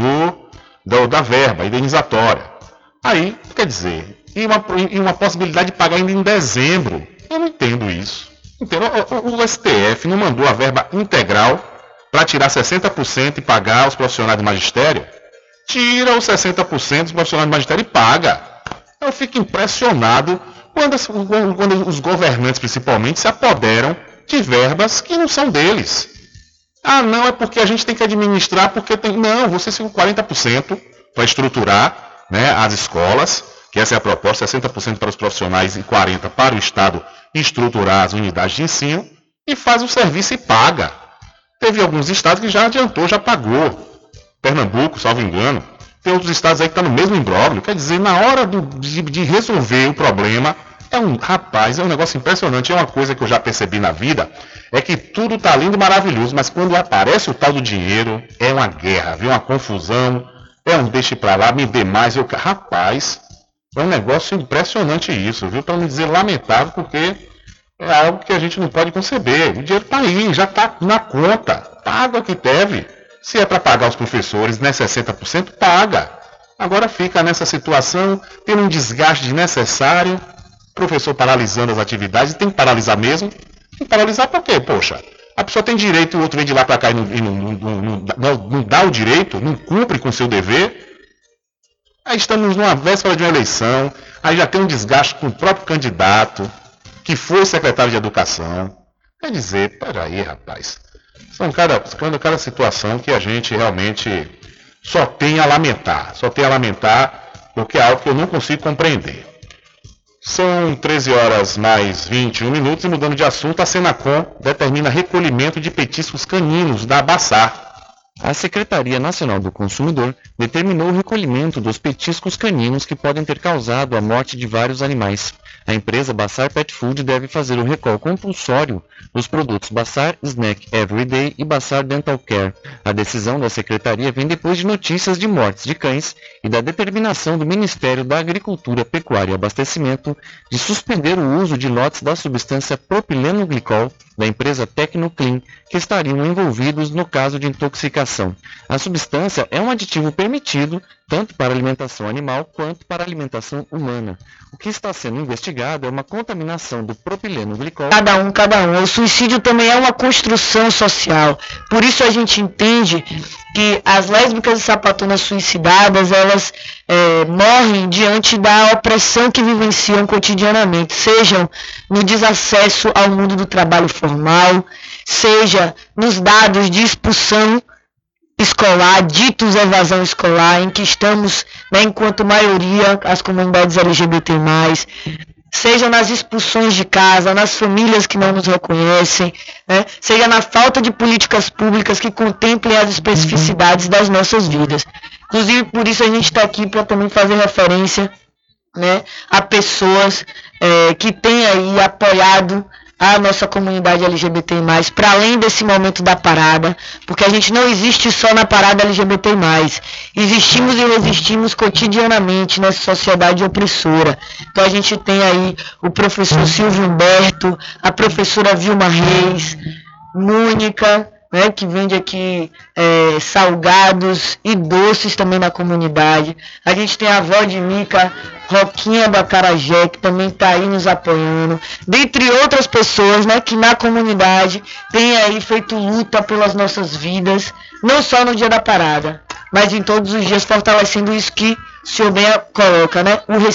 Speaker 2: da verba indenizatória. Aí, quer dizer, e uma possibilidade de pagar ainda em dezembro. Eu não entendo isso. O STF não mandou a verba integral para tirar 60% e pagar os profissionais do magistério? Tira os 60% dos profissionais do magistério e paga. Eu fico impressionado quando os governantes, principalmente, se apoderam de verbas que não são deles. Ah, não, é porque a gente tem que administrar, porque tem... Não, você segura 40% para estruturar, né, as escolas, que essa é a proposta, 60% para os profissionais e 40% para o Estado estruturar as unidades de ensino, e faz o serviço e paga. Teve alguns estados que já adiantou, já pagou. Pernambuco, salvo engano. Tem outros estados aí que estão no mesmo imbróglio. Quer dizer, na hora de resolver o problema, é um negócio impressionante. É uma coisa que eu já percebi na vida, é que tudo está lindo e maravilhoso, mas quando aparece o tal do dinheiro, é uma guerra, viu? Uma confusão, é um deixe pra lá, me dê mais. Rapaz, é um negócio impressionante isso, viu? Para não dizer lamentável, porque é algo que a gente não pode conceber. O dinheiro está aí, já está na conta, paga o que deve. Se é para pagar os professores, né, 60%, paga. Agora fica nessa situação, tendo um desgaste desnecessário, professor paralisando as atividades, tem que paralisar mesmo. Tem que paralisar por quê? Poxa, a pessoa tem direito e o outro vem de lá para cá e não dá o direito, não cumpre com o seu dever. Aí estamos numa véspera de uma eleição, aí já tem um desgaste com o próprio candidato, que foi secretário de Educação. Quer dizer, peraí, rapaz. São cada situação que a gente realmente só tem a lamentar, porque é algo que eu não consigo compreender. São 13h mais 21 minutos e mudando de assunto, a Senacom determina recolhimento de petiscos caninos da Bassar.
Speaker 13: A Secretaria Nacional do Consumidor determinou o recolhimento dos petiscos caninos que podem ter causado a morte de vários animais. A empresa Bassar Pet Food deve fazer o recall compulsório dos produtos Bassar Snack Everyday e Bassar Dental Care. A decisão da Secretaria vem depois de notícias de mortes de cães e da determinação do Ministério da Agricultura, Pecuária e Abastecimento de suspender o uso de lotes da substância propilenoglicol da empresa Tecnoclean, que estariam envolvidos no caso de intoxicação. A substância é um aditivo permitido tanto para alimentação animal quanto para alimentação humana. O que está sendo investigado é uma contaminação do propilenoglicol.
Speaker 17: Cada um. O suicídio também é uma construção social. Por isso a gente entende que as lésbicas e sapatonas suicidadas, elas morrem diante da opressão que vivenciam cotidianamente, sejam no desacesso ao mundo do trabalho formal, seja nos dados de expulsão escolar, ditos evasão escolar, em que estamos, enquanto maioria, as comunidades LGBT+, seja nas expulsões de casa, nas famílias que não nos reconhecem, seja na falta de políticas públicas que contemplem as especificidades das nossas vidas. Inclusive, por isso a gente está aqui para também fazer referência a pessoas que têm aí apoiado a nossa comunidade LGBT+, para além desse momento da parada, porque a gente não existe só na parada LGBT+, existimos e resistimos cotidianamente nessa sociedade opressora. Então a gente tem aí o professor Silvio Humberto, a professora Vilma Reis, Mônica, que vende aqui salgados e doces também na comunidade. A gente tem a avó de Mica, Roquinha do Acarajé, que também está aí nos apoiando, dentre outras pessoas, que na comunidade tem aí feito luta pelas nossas vidas, não só no dia da parada, mas em todos os dias, fortalecendo isso que o senhor bem coloca,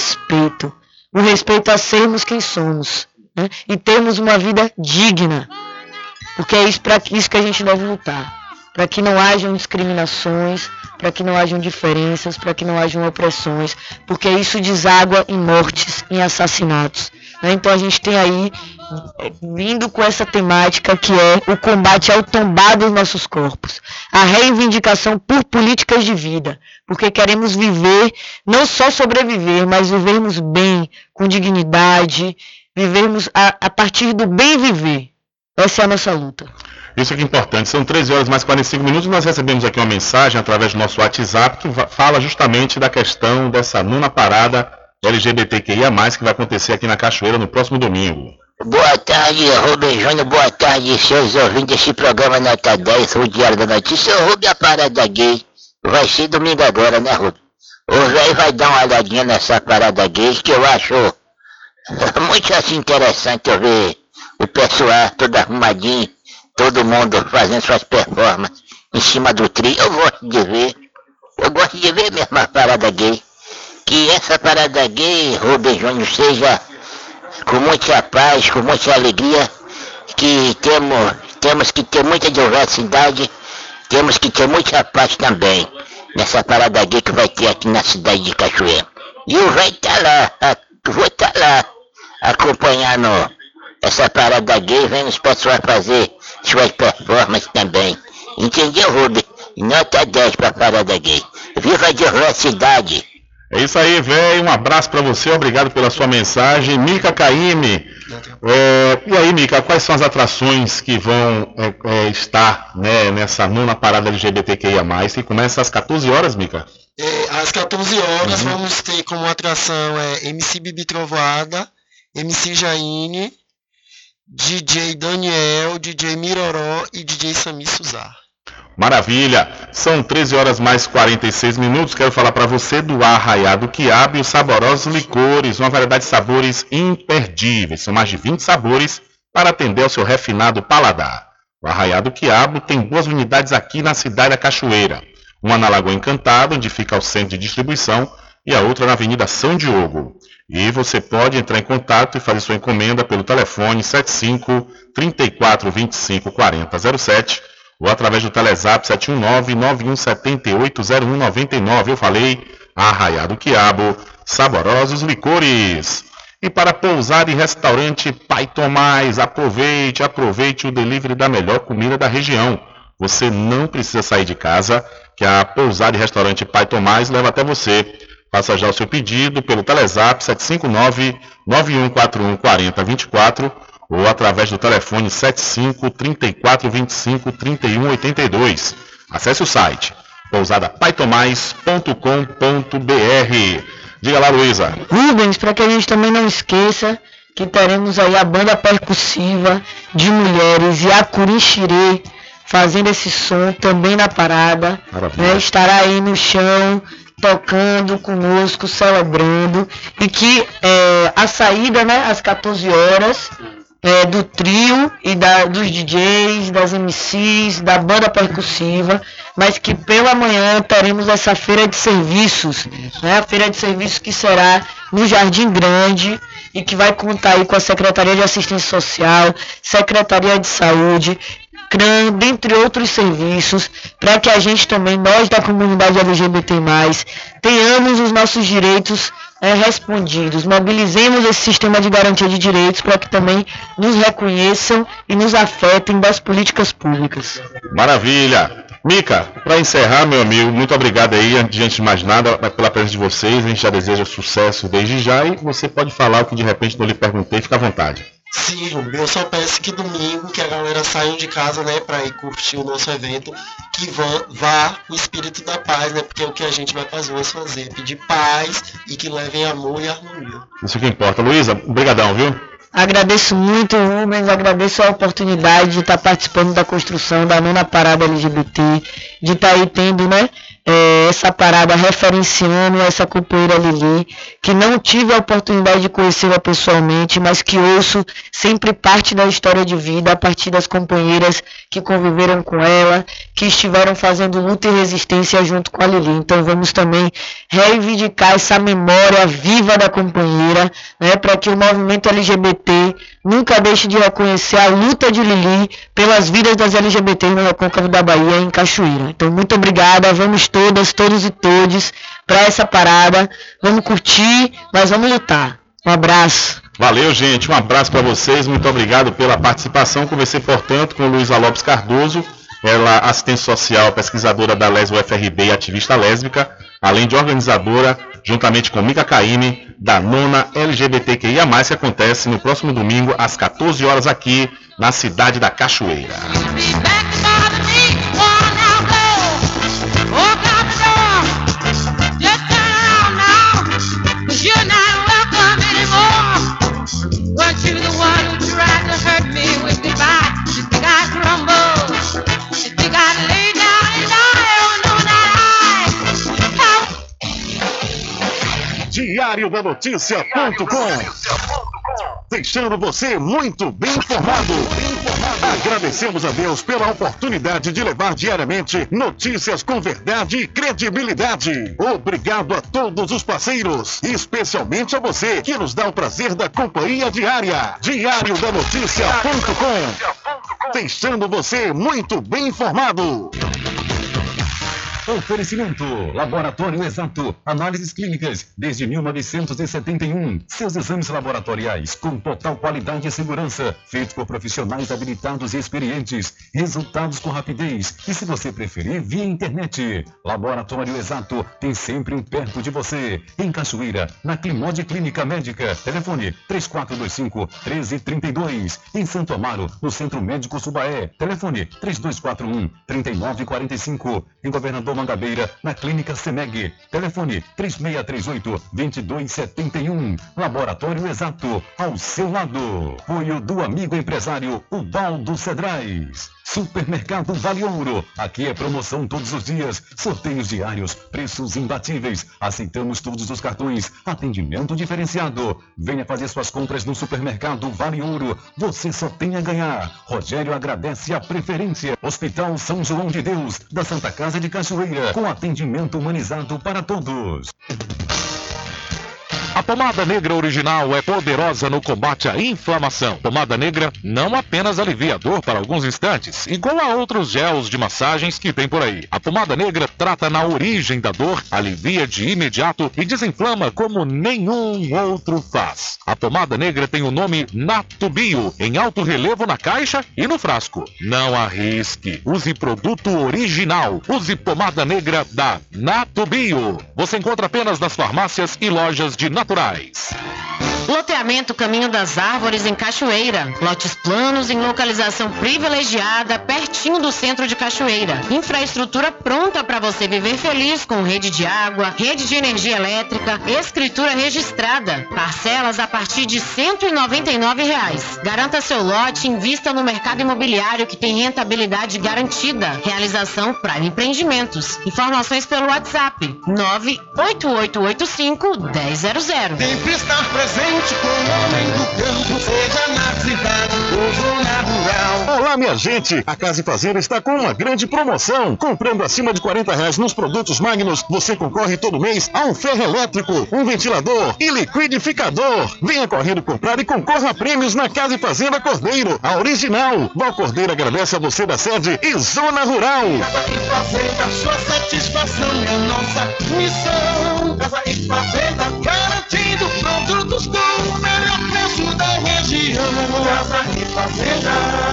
Speaker 17: o respeito a sermos quem somos, e termos uma vida digna, porque é isso, para isso que a gente deve lutar, para que não hajam discriminações, para que não hajam diferenças, para que não hajam opressões, porque isso deságua em mortes, em assassinatos. Então a gente tem aí, vindo com essa temática que é o combate ao tombado dos nossos corpos, a reivindicação por políticas de vida, porque queremos viver, não só sobreviver, mas vivermos bem, com dignidade, vivermos a partir do bem viver. Essa é a nossa luta.
Speaker 2: Isso aqui é importante. São 13h mais 45 minutos e nós recebemos aqui uma mensagem através do nosso WhatsApp que fala justamente da questão dessa nona parada LGBTQIA+, que vai acontecer aqui na Cachoeira no próximo domingo.
Speaker 20: Boa tarde, Rubem Júnior. Boa tarde, seus ouvintes desse programa Nota 10, o Diário da Notícia. Rubem, a parada gay vai ser domingo agora, né, Rubem? O velho vai dar uma olhadinha nessa parada gay que eu acho muito assim interessante eu ver o pessoal todo arrumadinho, todo mundo fazendo suas performances em cima do trio. Eu gosto de ver mesmo a parada gay. Que essa parada gay, Rubem Júnior, seja com muita paz, com muita alegria, que temos que ter muita diversidade, temos que ter muita paz também, nessa parada gay que vai ter aqui na cidade de Cachoeira. E eu vou estar lá acompanhando essa parada gay, vendo os pessoal fazer suas performances também. Entendeu, Rubem? Nota 10 pra parada gay. Viva a diversidade!
Speaker 2: É isso aí, velho. Um abraço pra você, obrigado pela sua mensagem. Mica Caymmi. E aí, Mica, quais são as atrações que vão estar, né, nessa nona parada LGBTQIA+, que começa às 14 horas, Mica?
Speaker 21: Às 14 horas vamos ter como atração MC Bibi Trovoada, MC Jaine, DJ Daniel, DJ Miroró e DJ Sami Suzar.
Speaker 2: Maravilha! São 13 horas mais 46 minutos. Quero falar para você do Arraiado Quiabo e os saborosos licores, uma variedade de sabores imperdíveis. São mais de 20 sabores para atender ao seu refinado paladar. O Arraiado Quiabo tem 2 unidades aqui na cidade da Cachoeira. Uma na Lagoa Encantada, onde fica o centro de distribuição, e a outra na Avenida São Diogo. E você pode entrar em contato e fazer sua encomenda pelo telefone 75 34 25 40 07 ou através do Telezap 719-9178-0199. Eu falei, Arraiado Quiabo, saborosos licores. E para pousar e restaurante Pai Tomás, aproveite o delivery da melhor comida da região. Você não precisa sair de casa, que a pousada e restaurante Pai Tomás leva até você. Faça já o seu pedido pelo Telezap 759-9141-4024 ou através do telefone 75 34 25 31 82. Acesse o site pousadapaitomais.com.br. Diga lá, Luísa.
Speaker 6: Rubens, para que a gente também não esqueça que teremos aí a banda percussiva de mulheres e a Curixirê fazendo esse som também na parada, né? Estará aí no chão tocando conosco, celebrando, e que a saída, né, às 14 horas do trio e dos DJs, das MCs, da banda percussiva, mas que pela manhã teremos essa feira de serviços, né, a feira de serviços que será no Jardim Grande e que vai contar aí com a Secretaria de Assistência Social, Secretaria de Saúde, CRAM, dentre outros serviços, para que a gente também, nós da comunidade LGBT+, tenhamos os nossos direitos respondidos, mobilizemos esse sistema de garantia de direitos para que também nos reconheçam e nos afetem das políticas públicas.
Speaker 2: Maravilha! Mica, para encerrar, meu amigo, muito obrigado aí, antes de mais nada, pela presença de vocês. A gente já deseja sucesso desde já e você pode falar o que de repente não lhe perguntei, fica à vontade.
Speaker 21: Sim, Rubem, eu só peço que domingo, que a galera saia de casa, né, para ir curtir o nosso evento, que vá o espírito da paz, né, porque é o que a gente vai para as ruas fazer, pedir paz e que levem amor e harmonia.
Speaker 2: Isso que importa. Luísa, brigadão, viu?
Speaker 6: Agradeço muito, Rubens, agradeço a oportunidade de estar participando da construção da nona parada LGBT, de estar aí tendo, né, essa parada referenciando essa companheira Lili, que não tive a oportunidade de conhecê-la pessoalmente, mas que ouço sempre parte da história de vida a partir das companheiras que conviveram com ela, que estiveram fazendo luta e resistência junto com a Lili. Então vamos também reivindicar essa memória viva da companheira, né, para que o movimento LGBT nunca deixe de reconhecer a luta de Lili pelas vidas das LGBT no Recôncavo da Bahia, em Cachoeira. Então muito obrigada, vamos todos e todes para essa parada, vamos curtir, mas vamos lutar. Um abraço.
Speaker 2: Valeu, gente, um abraço para vocês, muito obrigado pela participação. Conversei, portanto, com Luísa Lopes Cardoso, ela assistente social, pesquisadora da LES UFRB e ativista lésbica, além de organizadora, juntamente com Mica Caymmi, da nona LGBTQIA+, que acontece no próximo domingo, às 14 horas, aqui na cidade da Cachoeira.
Speaker 18: Diário da Notícia.com, deixando você muito bem informado. Agradecemos a Deus pela oportunidade de levar diariamente notícias com verdade e credibilidade. Obrigado a todos os parceiros, especialmente a você que nos dá o prazer da companhia diária. Diário da Notícia.com, deixando você muito bem informado.
Speaker 1: Oferecimento. Laboratório Exato. Análises clínicas desde 1971. Seus exames laboratoriais com total qualidade e segurança. Feitos por profissionais habilitados e experientes. Resultados com rapidez. E se você preferir, via internet. Laboratório Exato tem sempre um perto de você. Em Cachoeira, na Climode Clínica Médica. Telefone 3425-1332. Em Santo Amaro, no Centro Médico Subaé. Telefone 3241-3945. Em Governador Mangabeira, na Clínica Semeg. Telefone 3638-2271. Laboratório Exato, ao seu lado. Apoio do amigo empresário Ubaldo Cedrais. Supermercado Vale Ouro. Aqui é promoção todos os dias. Sorteios diários, preços imbatíveis. Aceitamos todos os cartões. Atendimento diferenciado. Venha fazer suas compras no Supermercado Vale Ouro. Você só tem a ganhar. Rogério agradece a preferência. Hospital São João de Deus, da Santa Casa de Cachoeira, com atendimento humanizado para todos.
Speaker 2: A pomada negra original é poderosa no combate à inflamação. Pomada negra não apenas alivia a dor para alguns instantes, igual a outros gels de massagens que tem por aí. A pomada negra trata na origem da dor, alivia de imediato e desinflama como nenhum outro faz. A pomada negra tem o nome Natubio, em alto relevo na caixa e no frasco. Não arrisque. Use produto original. Use pomada negra da Natubio. Você encontra apenas nas farmácias e lojas de naturais.
Speaker 11: Loteamento Caminho das Árvores em Cachoeira. Lotes planos em localização privilegiada, pertinho do centro de Cachoeira. Infraestrutura pronta para você viver feliz com rede de água, rede de energia elétrica, escritura registrada. Parcelas a partir de R$ 199. Garanta seu lote e invista no mercado imobiliário que tem rentabilidade garantida. Realização Prime Empreendimentos. Informações pelo WhatsApp 98885-1000.
Speaker 8: Sempre estar presente com o homem do campo, seja na cidade ou zona rural.
Speaker 19: Olá, minha gente! A Casa e Fazenda está com uma grande promoção. Comprando acima de R$40 nos produtos Magnus, você concorre todo mês a um ferro elétrico, um ventilador e liquidificador. Venha correndo comprar e concorra a prêmios na Casa e Fazenda Cordeiro, a original. Val Cordeiro agradece a você da sede e zona rural.
Speaker 8: Casa e Fazenda, sua satisfação é nossa missão. Casa e Fazenda, garantindo produtos com o melhor preço da região. Casa e Fazenda.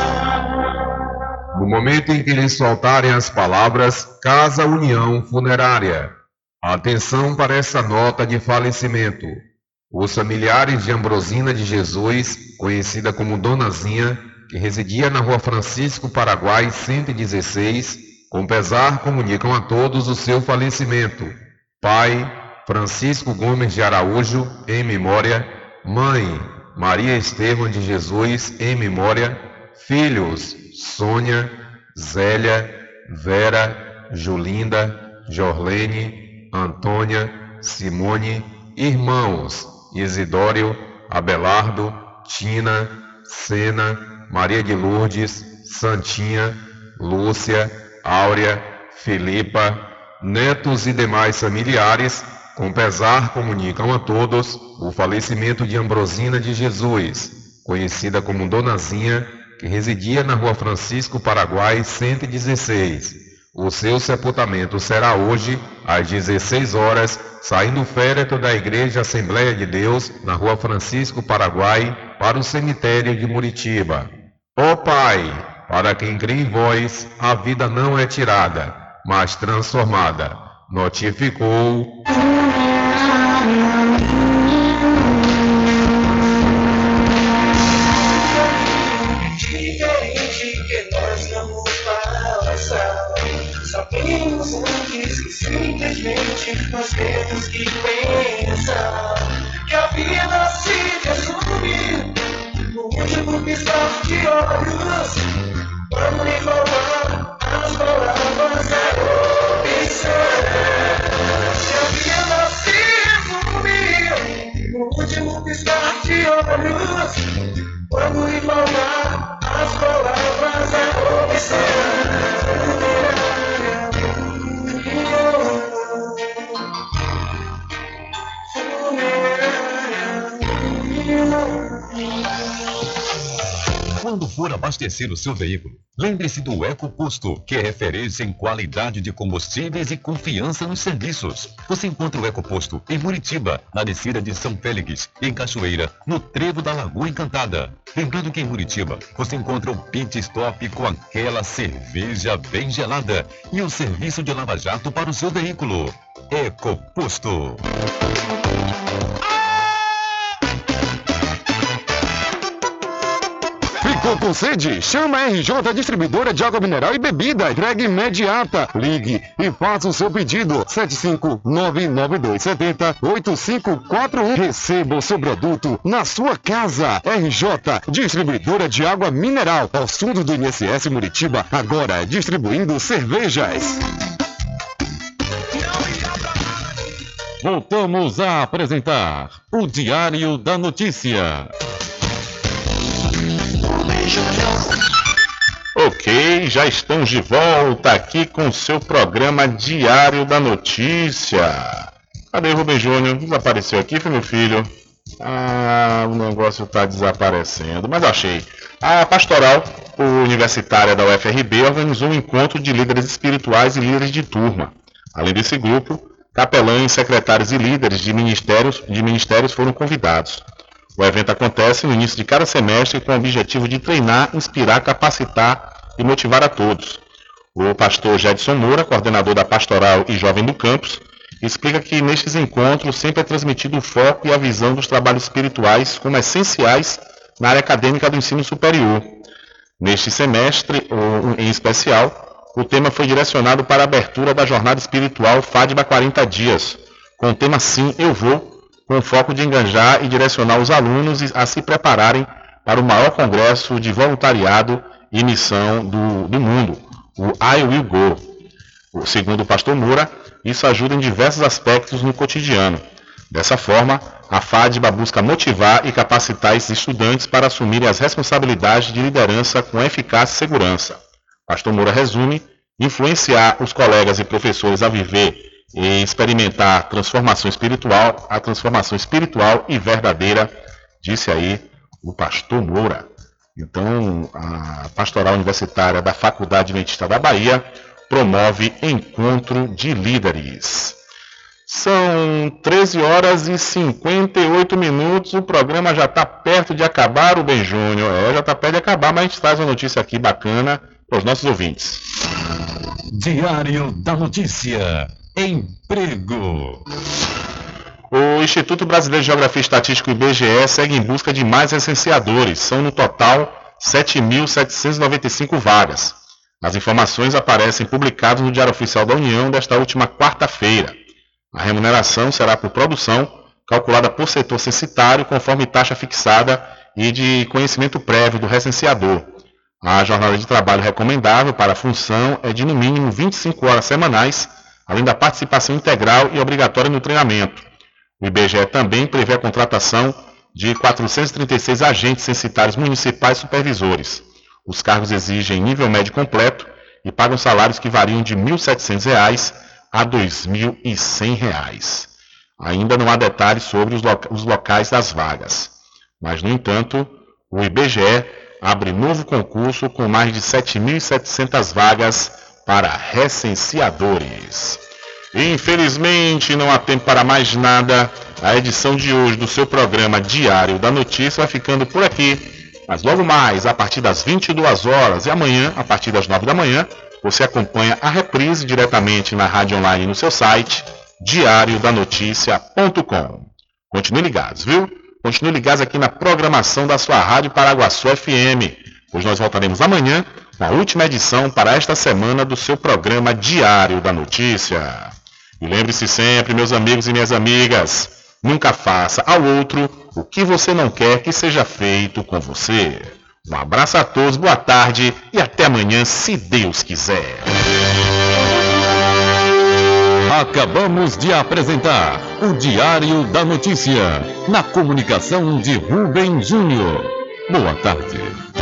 Speaker 15: No momento em que lhes soltarem as palavras Casa União Funerária. Atenção para essa nota de falecimento. Os familiares de Ambrosina de Jesus, conhecida como Donazinha, que residia na Rua Francisco Paraguai 116, com pesar comunicam a todos o seu falecimento. Pai Francisco Gomes de Araújo, em memória. Mãe Maria Estevão de Jesus, em memória. Filhos Sônia, Zélia, Vera, Julinda, Jorlene, Antônia, Simone. Irmãos Isidório, Abelardo, Tina, Sena, Maria de Lourdes, Santinha, Lúcia, Áurea, Filipa. Netos e demais familiares, com pesar comunicam a todos o falecimento de Ambrosina de Jesus, conhecida como Donazinha, que residia na Rua Francisco Paraguai 116. O seu sepultamento será hoje, às 16 horas, saindo o féretro da Igreja Assembleia de Deus, na Rua Francisco Paraguai, para o cemitério de Muritiba. Ó Pai, para quem crê em vós, a vida não é tirada, mas transformada. Notificou
Speaker 8: diferente que nós vamos passar. Sabemos antes que simplesmente nós temos que pensar que a vida se resume no último piscar de olhos. Vamos enrolar as palavras da opção. Que a vida se resume no último piscar de olhos. Vamos enrolar as palavras da opção.
Speaker 1: Quando Quando for abastecer o seu veículo, lembre-se do EcoPosto, que é referência em qualidade de combustíveis e confiança nos serviços. Você encontra o EcoPosto em Muritiba, na descida de São Félix, e em Cachoeira, no trevo da Lagoa Encantada. Lembrando que em Muritiba, você encontra o Pit Stop com aquela cerveja bem gelada e o serviço de lava-jato para o seu veículo. EcoPosto.
Speaker 18: Ficou com sede? Chama a RJ Distribuidora de Água Mineral e Bebida. Entrega imediata. Ligue e faça o seu pedido. 75992708541. Receba o seu produto na sua casa. RJ Distribuidora de Água Mineral. Aos fundos do INSS Muritiba. Agora distribuindo cervejas.
Speaker 1: Voltamos a apresentar o Diário da Notícia.
Speaker 2: Ok, já estamos de volta aqui com o seu programa Diário da Notícia. Cadê o Rubem Júnior? Desapareceu aqui, foi meu filho. O negócio está desaparecendo, mas achei. A Pastoral Universitária da UFRB organizou um encontro de líderes espirituais e líderes de turma. Além desse grupo, capelães, secretários e líderes de ministérios foram convidados. O evento acontece no início de cada semestre com o objetivo de treinar, inspirar, capacitar e motivar a todos. O pastor Jedson Moura, coordenador da Pastoral e Jovem do Campus, explica que nestes encontros sempre é transmitido o foco e a visão dos trabalhos espirituais como essenciais na área acadêmica do ensino superior. Neste semestre, em especial, o tema foi direcionado para a abertura da jornada espiritual Fátima 40 Dias, com o tema Sim, Eu Vou, com o foco de engajar e direcionar os alunos a se prepararem para o maior congresso de voluntariado e missão do mundo, o I Will Go. Segundo o pastor Moura, isso ajuda em diversos aspectos no cotidiano. Dessa forma, a FADBA busca motivar e capacitar esses estudantes para assumirem as responsabilidades de liderança com eficácia e segurança. Pastor Moura resume: influenciar os colegas e professores a viver e experimentar a transformação espiritual e verdadeira, disse aí o pastor Moura. Então, a Pastoral Universitária da Faculdade Adventista da Bahia promove encontro de líderes. São 13 horas e 58 minutos, o programa já está perto de acabar, o Ben Júnior. Já está perto de acabar, mas a gente traz uma notícia aqui bacana para os nossos ouvintes.
Speaker 1: Diário da Notícia. Emprego.
Speaker 2: O Instituto Brasileiro de Geografia e Estatística, IBGE, segue em busca de mais recenseadores. São no total 7.795 vagas. As informações aparecem publicadas no Diário Oficial da União desta última quarta-feira. A remuneração será por produção, calculada por setor censitário, conforme taxa fixada e de conhecimento prévio do recenseador. A jornada de trabalho recomendável para a função é de no mínimo 25 horas semanais, além da participação integral e obrigatória no treinamento. O IBGE também prevê a contratação de 436 agentes censitários municipais supervisores. Os cargos exigem nível médio completo e pagam salários que variam de R$ 1.700 a R$ 2.100. Ainda não há detalhes sobre os locais das vagas. Mas, no entanto, o IBGE abre novo concurso com mais de 7.700 vagas para recenseadores. Infelizmente, não há tempo para mais nada. A edição de hoje do seu programa Diário da Notícia vai ficando por aqui. Mas logo mais, a partir das 22 horas e amanhã, a partir das 9 da manhã, você acompanha a reprise diretamente na rádio online e no seu site, diariodanoticia.com. Continue ligados, viu? Continue ligados aqui na programação da sua Rádio Paraguaçu FM, pois nós voltaremos amanhã, na última edição para esta semana do seu programa Diário da Notícia. E lembre-se sempre, meus amigos e minhas amigas, nunca faça ao outro o que você não quer que seja feito com você. Um abraço a todos, boa tarde e até amanhã, se Deus quiser.
Speaker 1: Acabamos de apresentar o Diário da Notícia, na comunicação de Rubem Júnior. Boa tarde.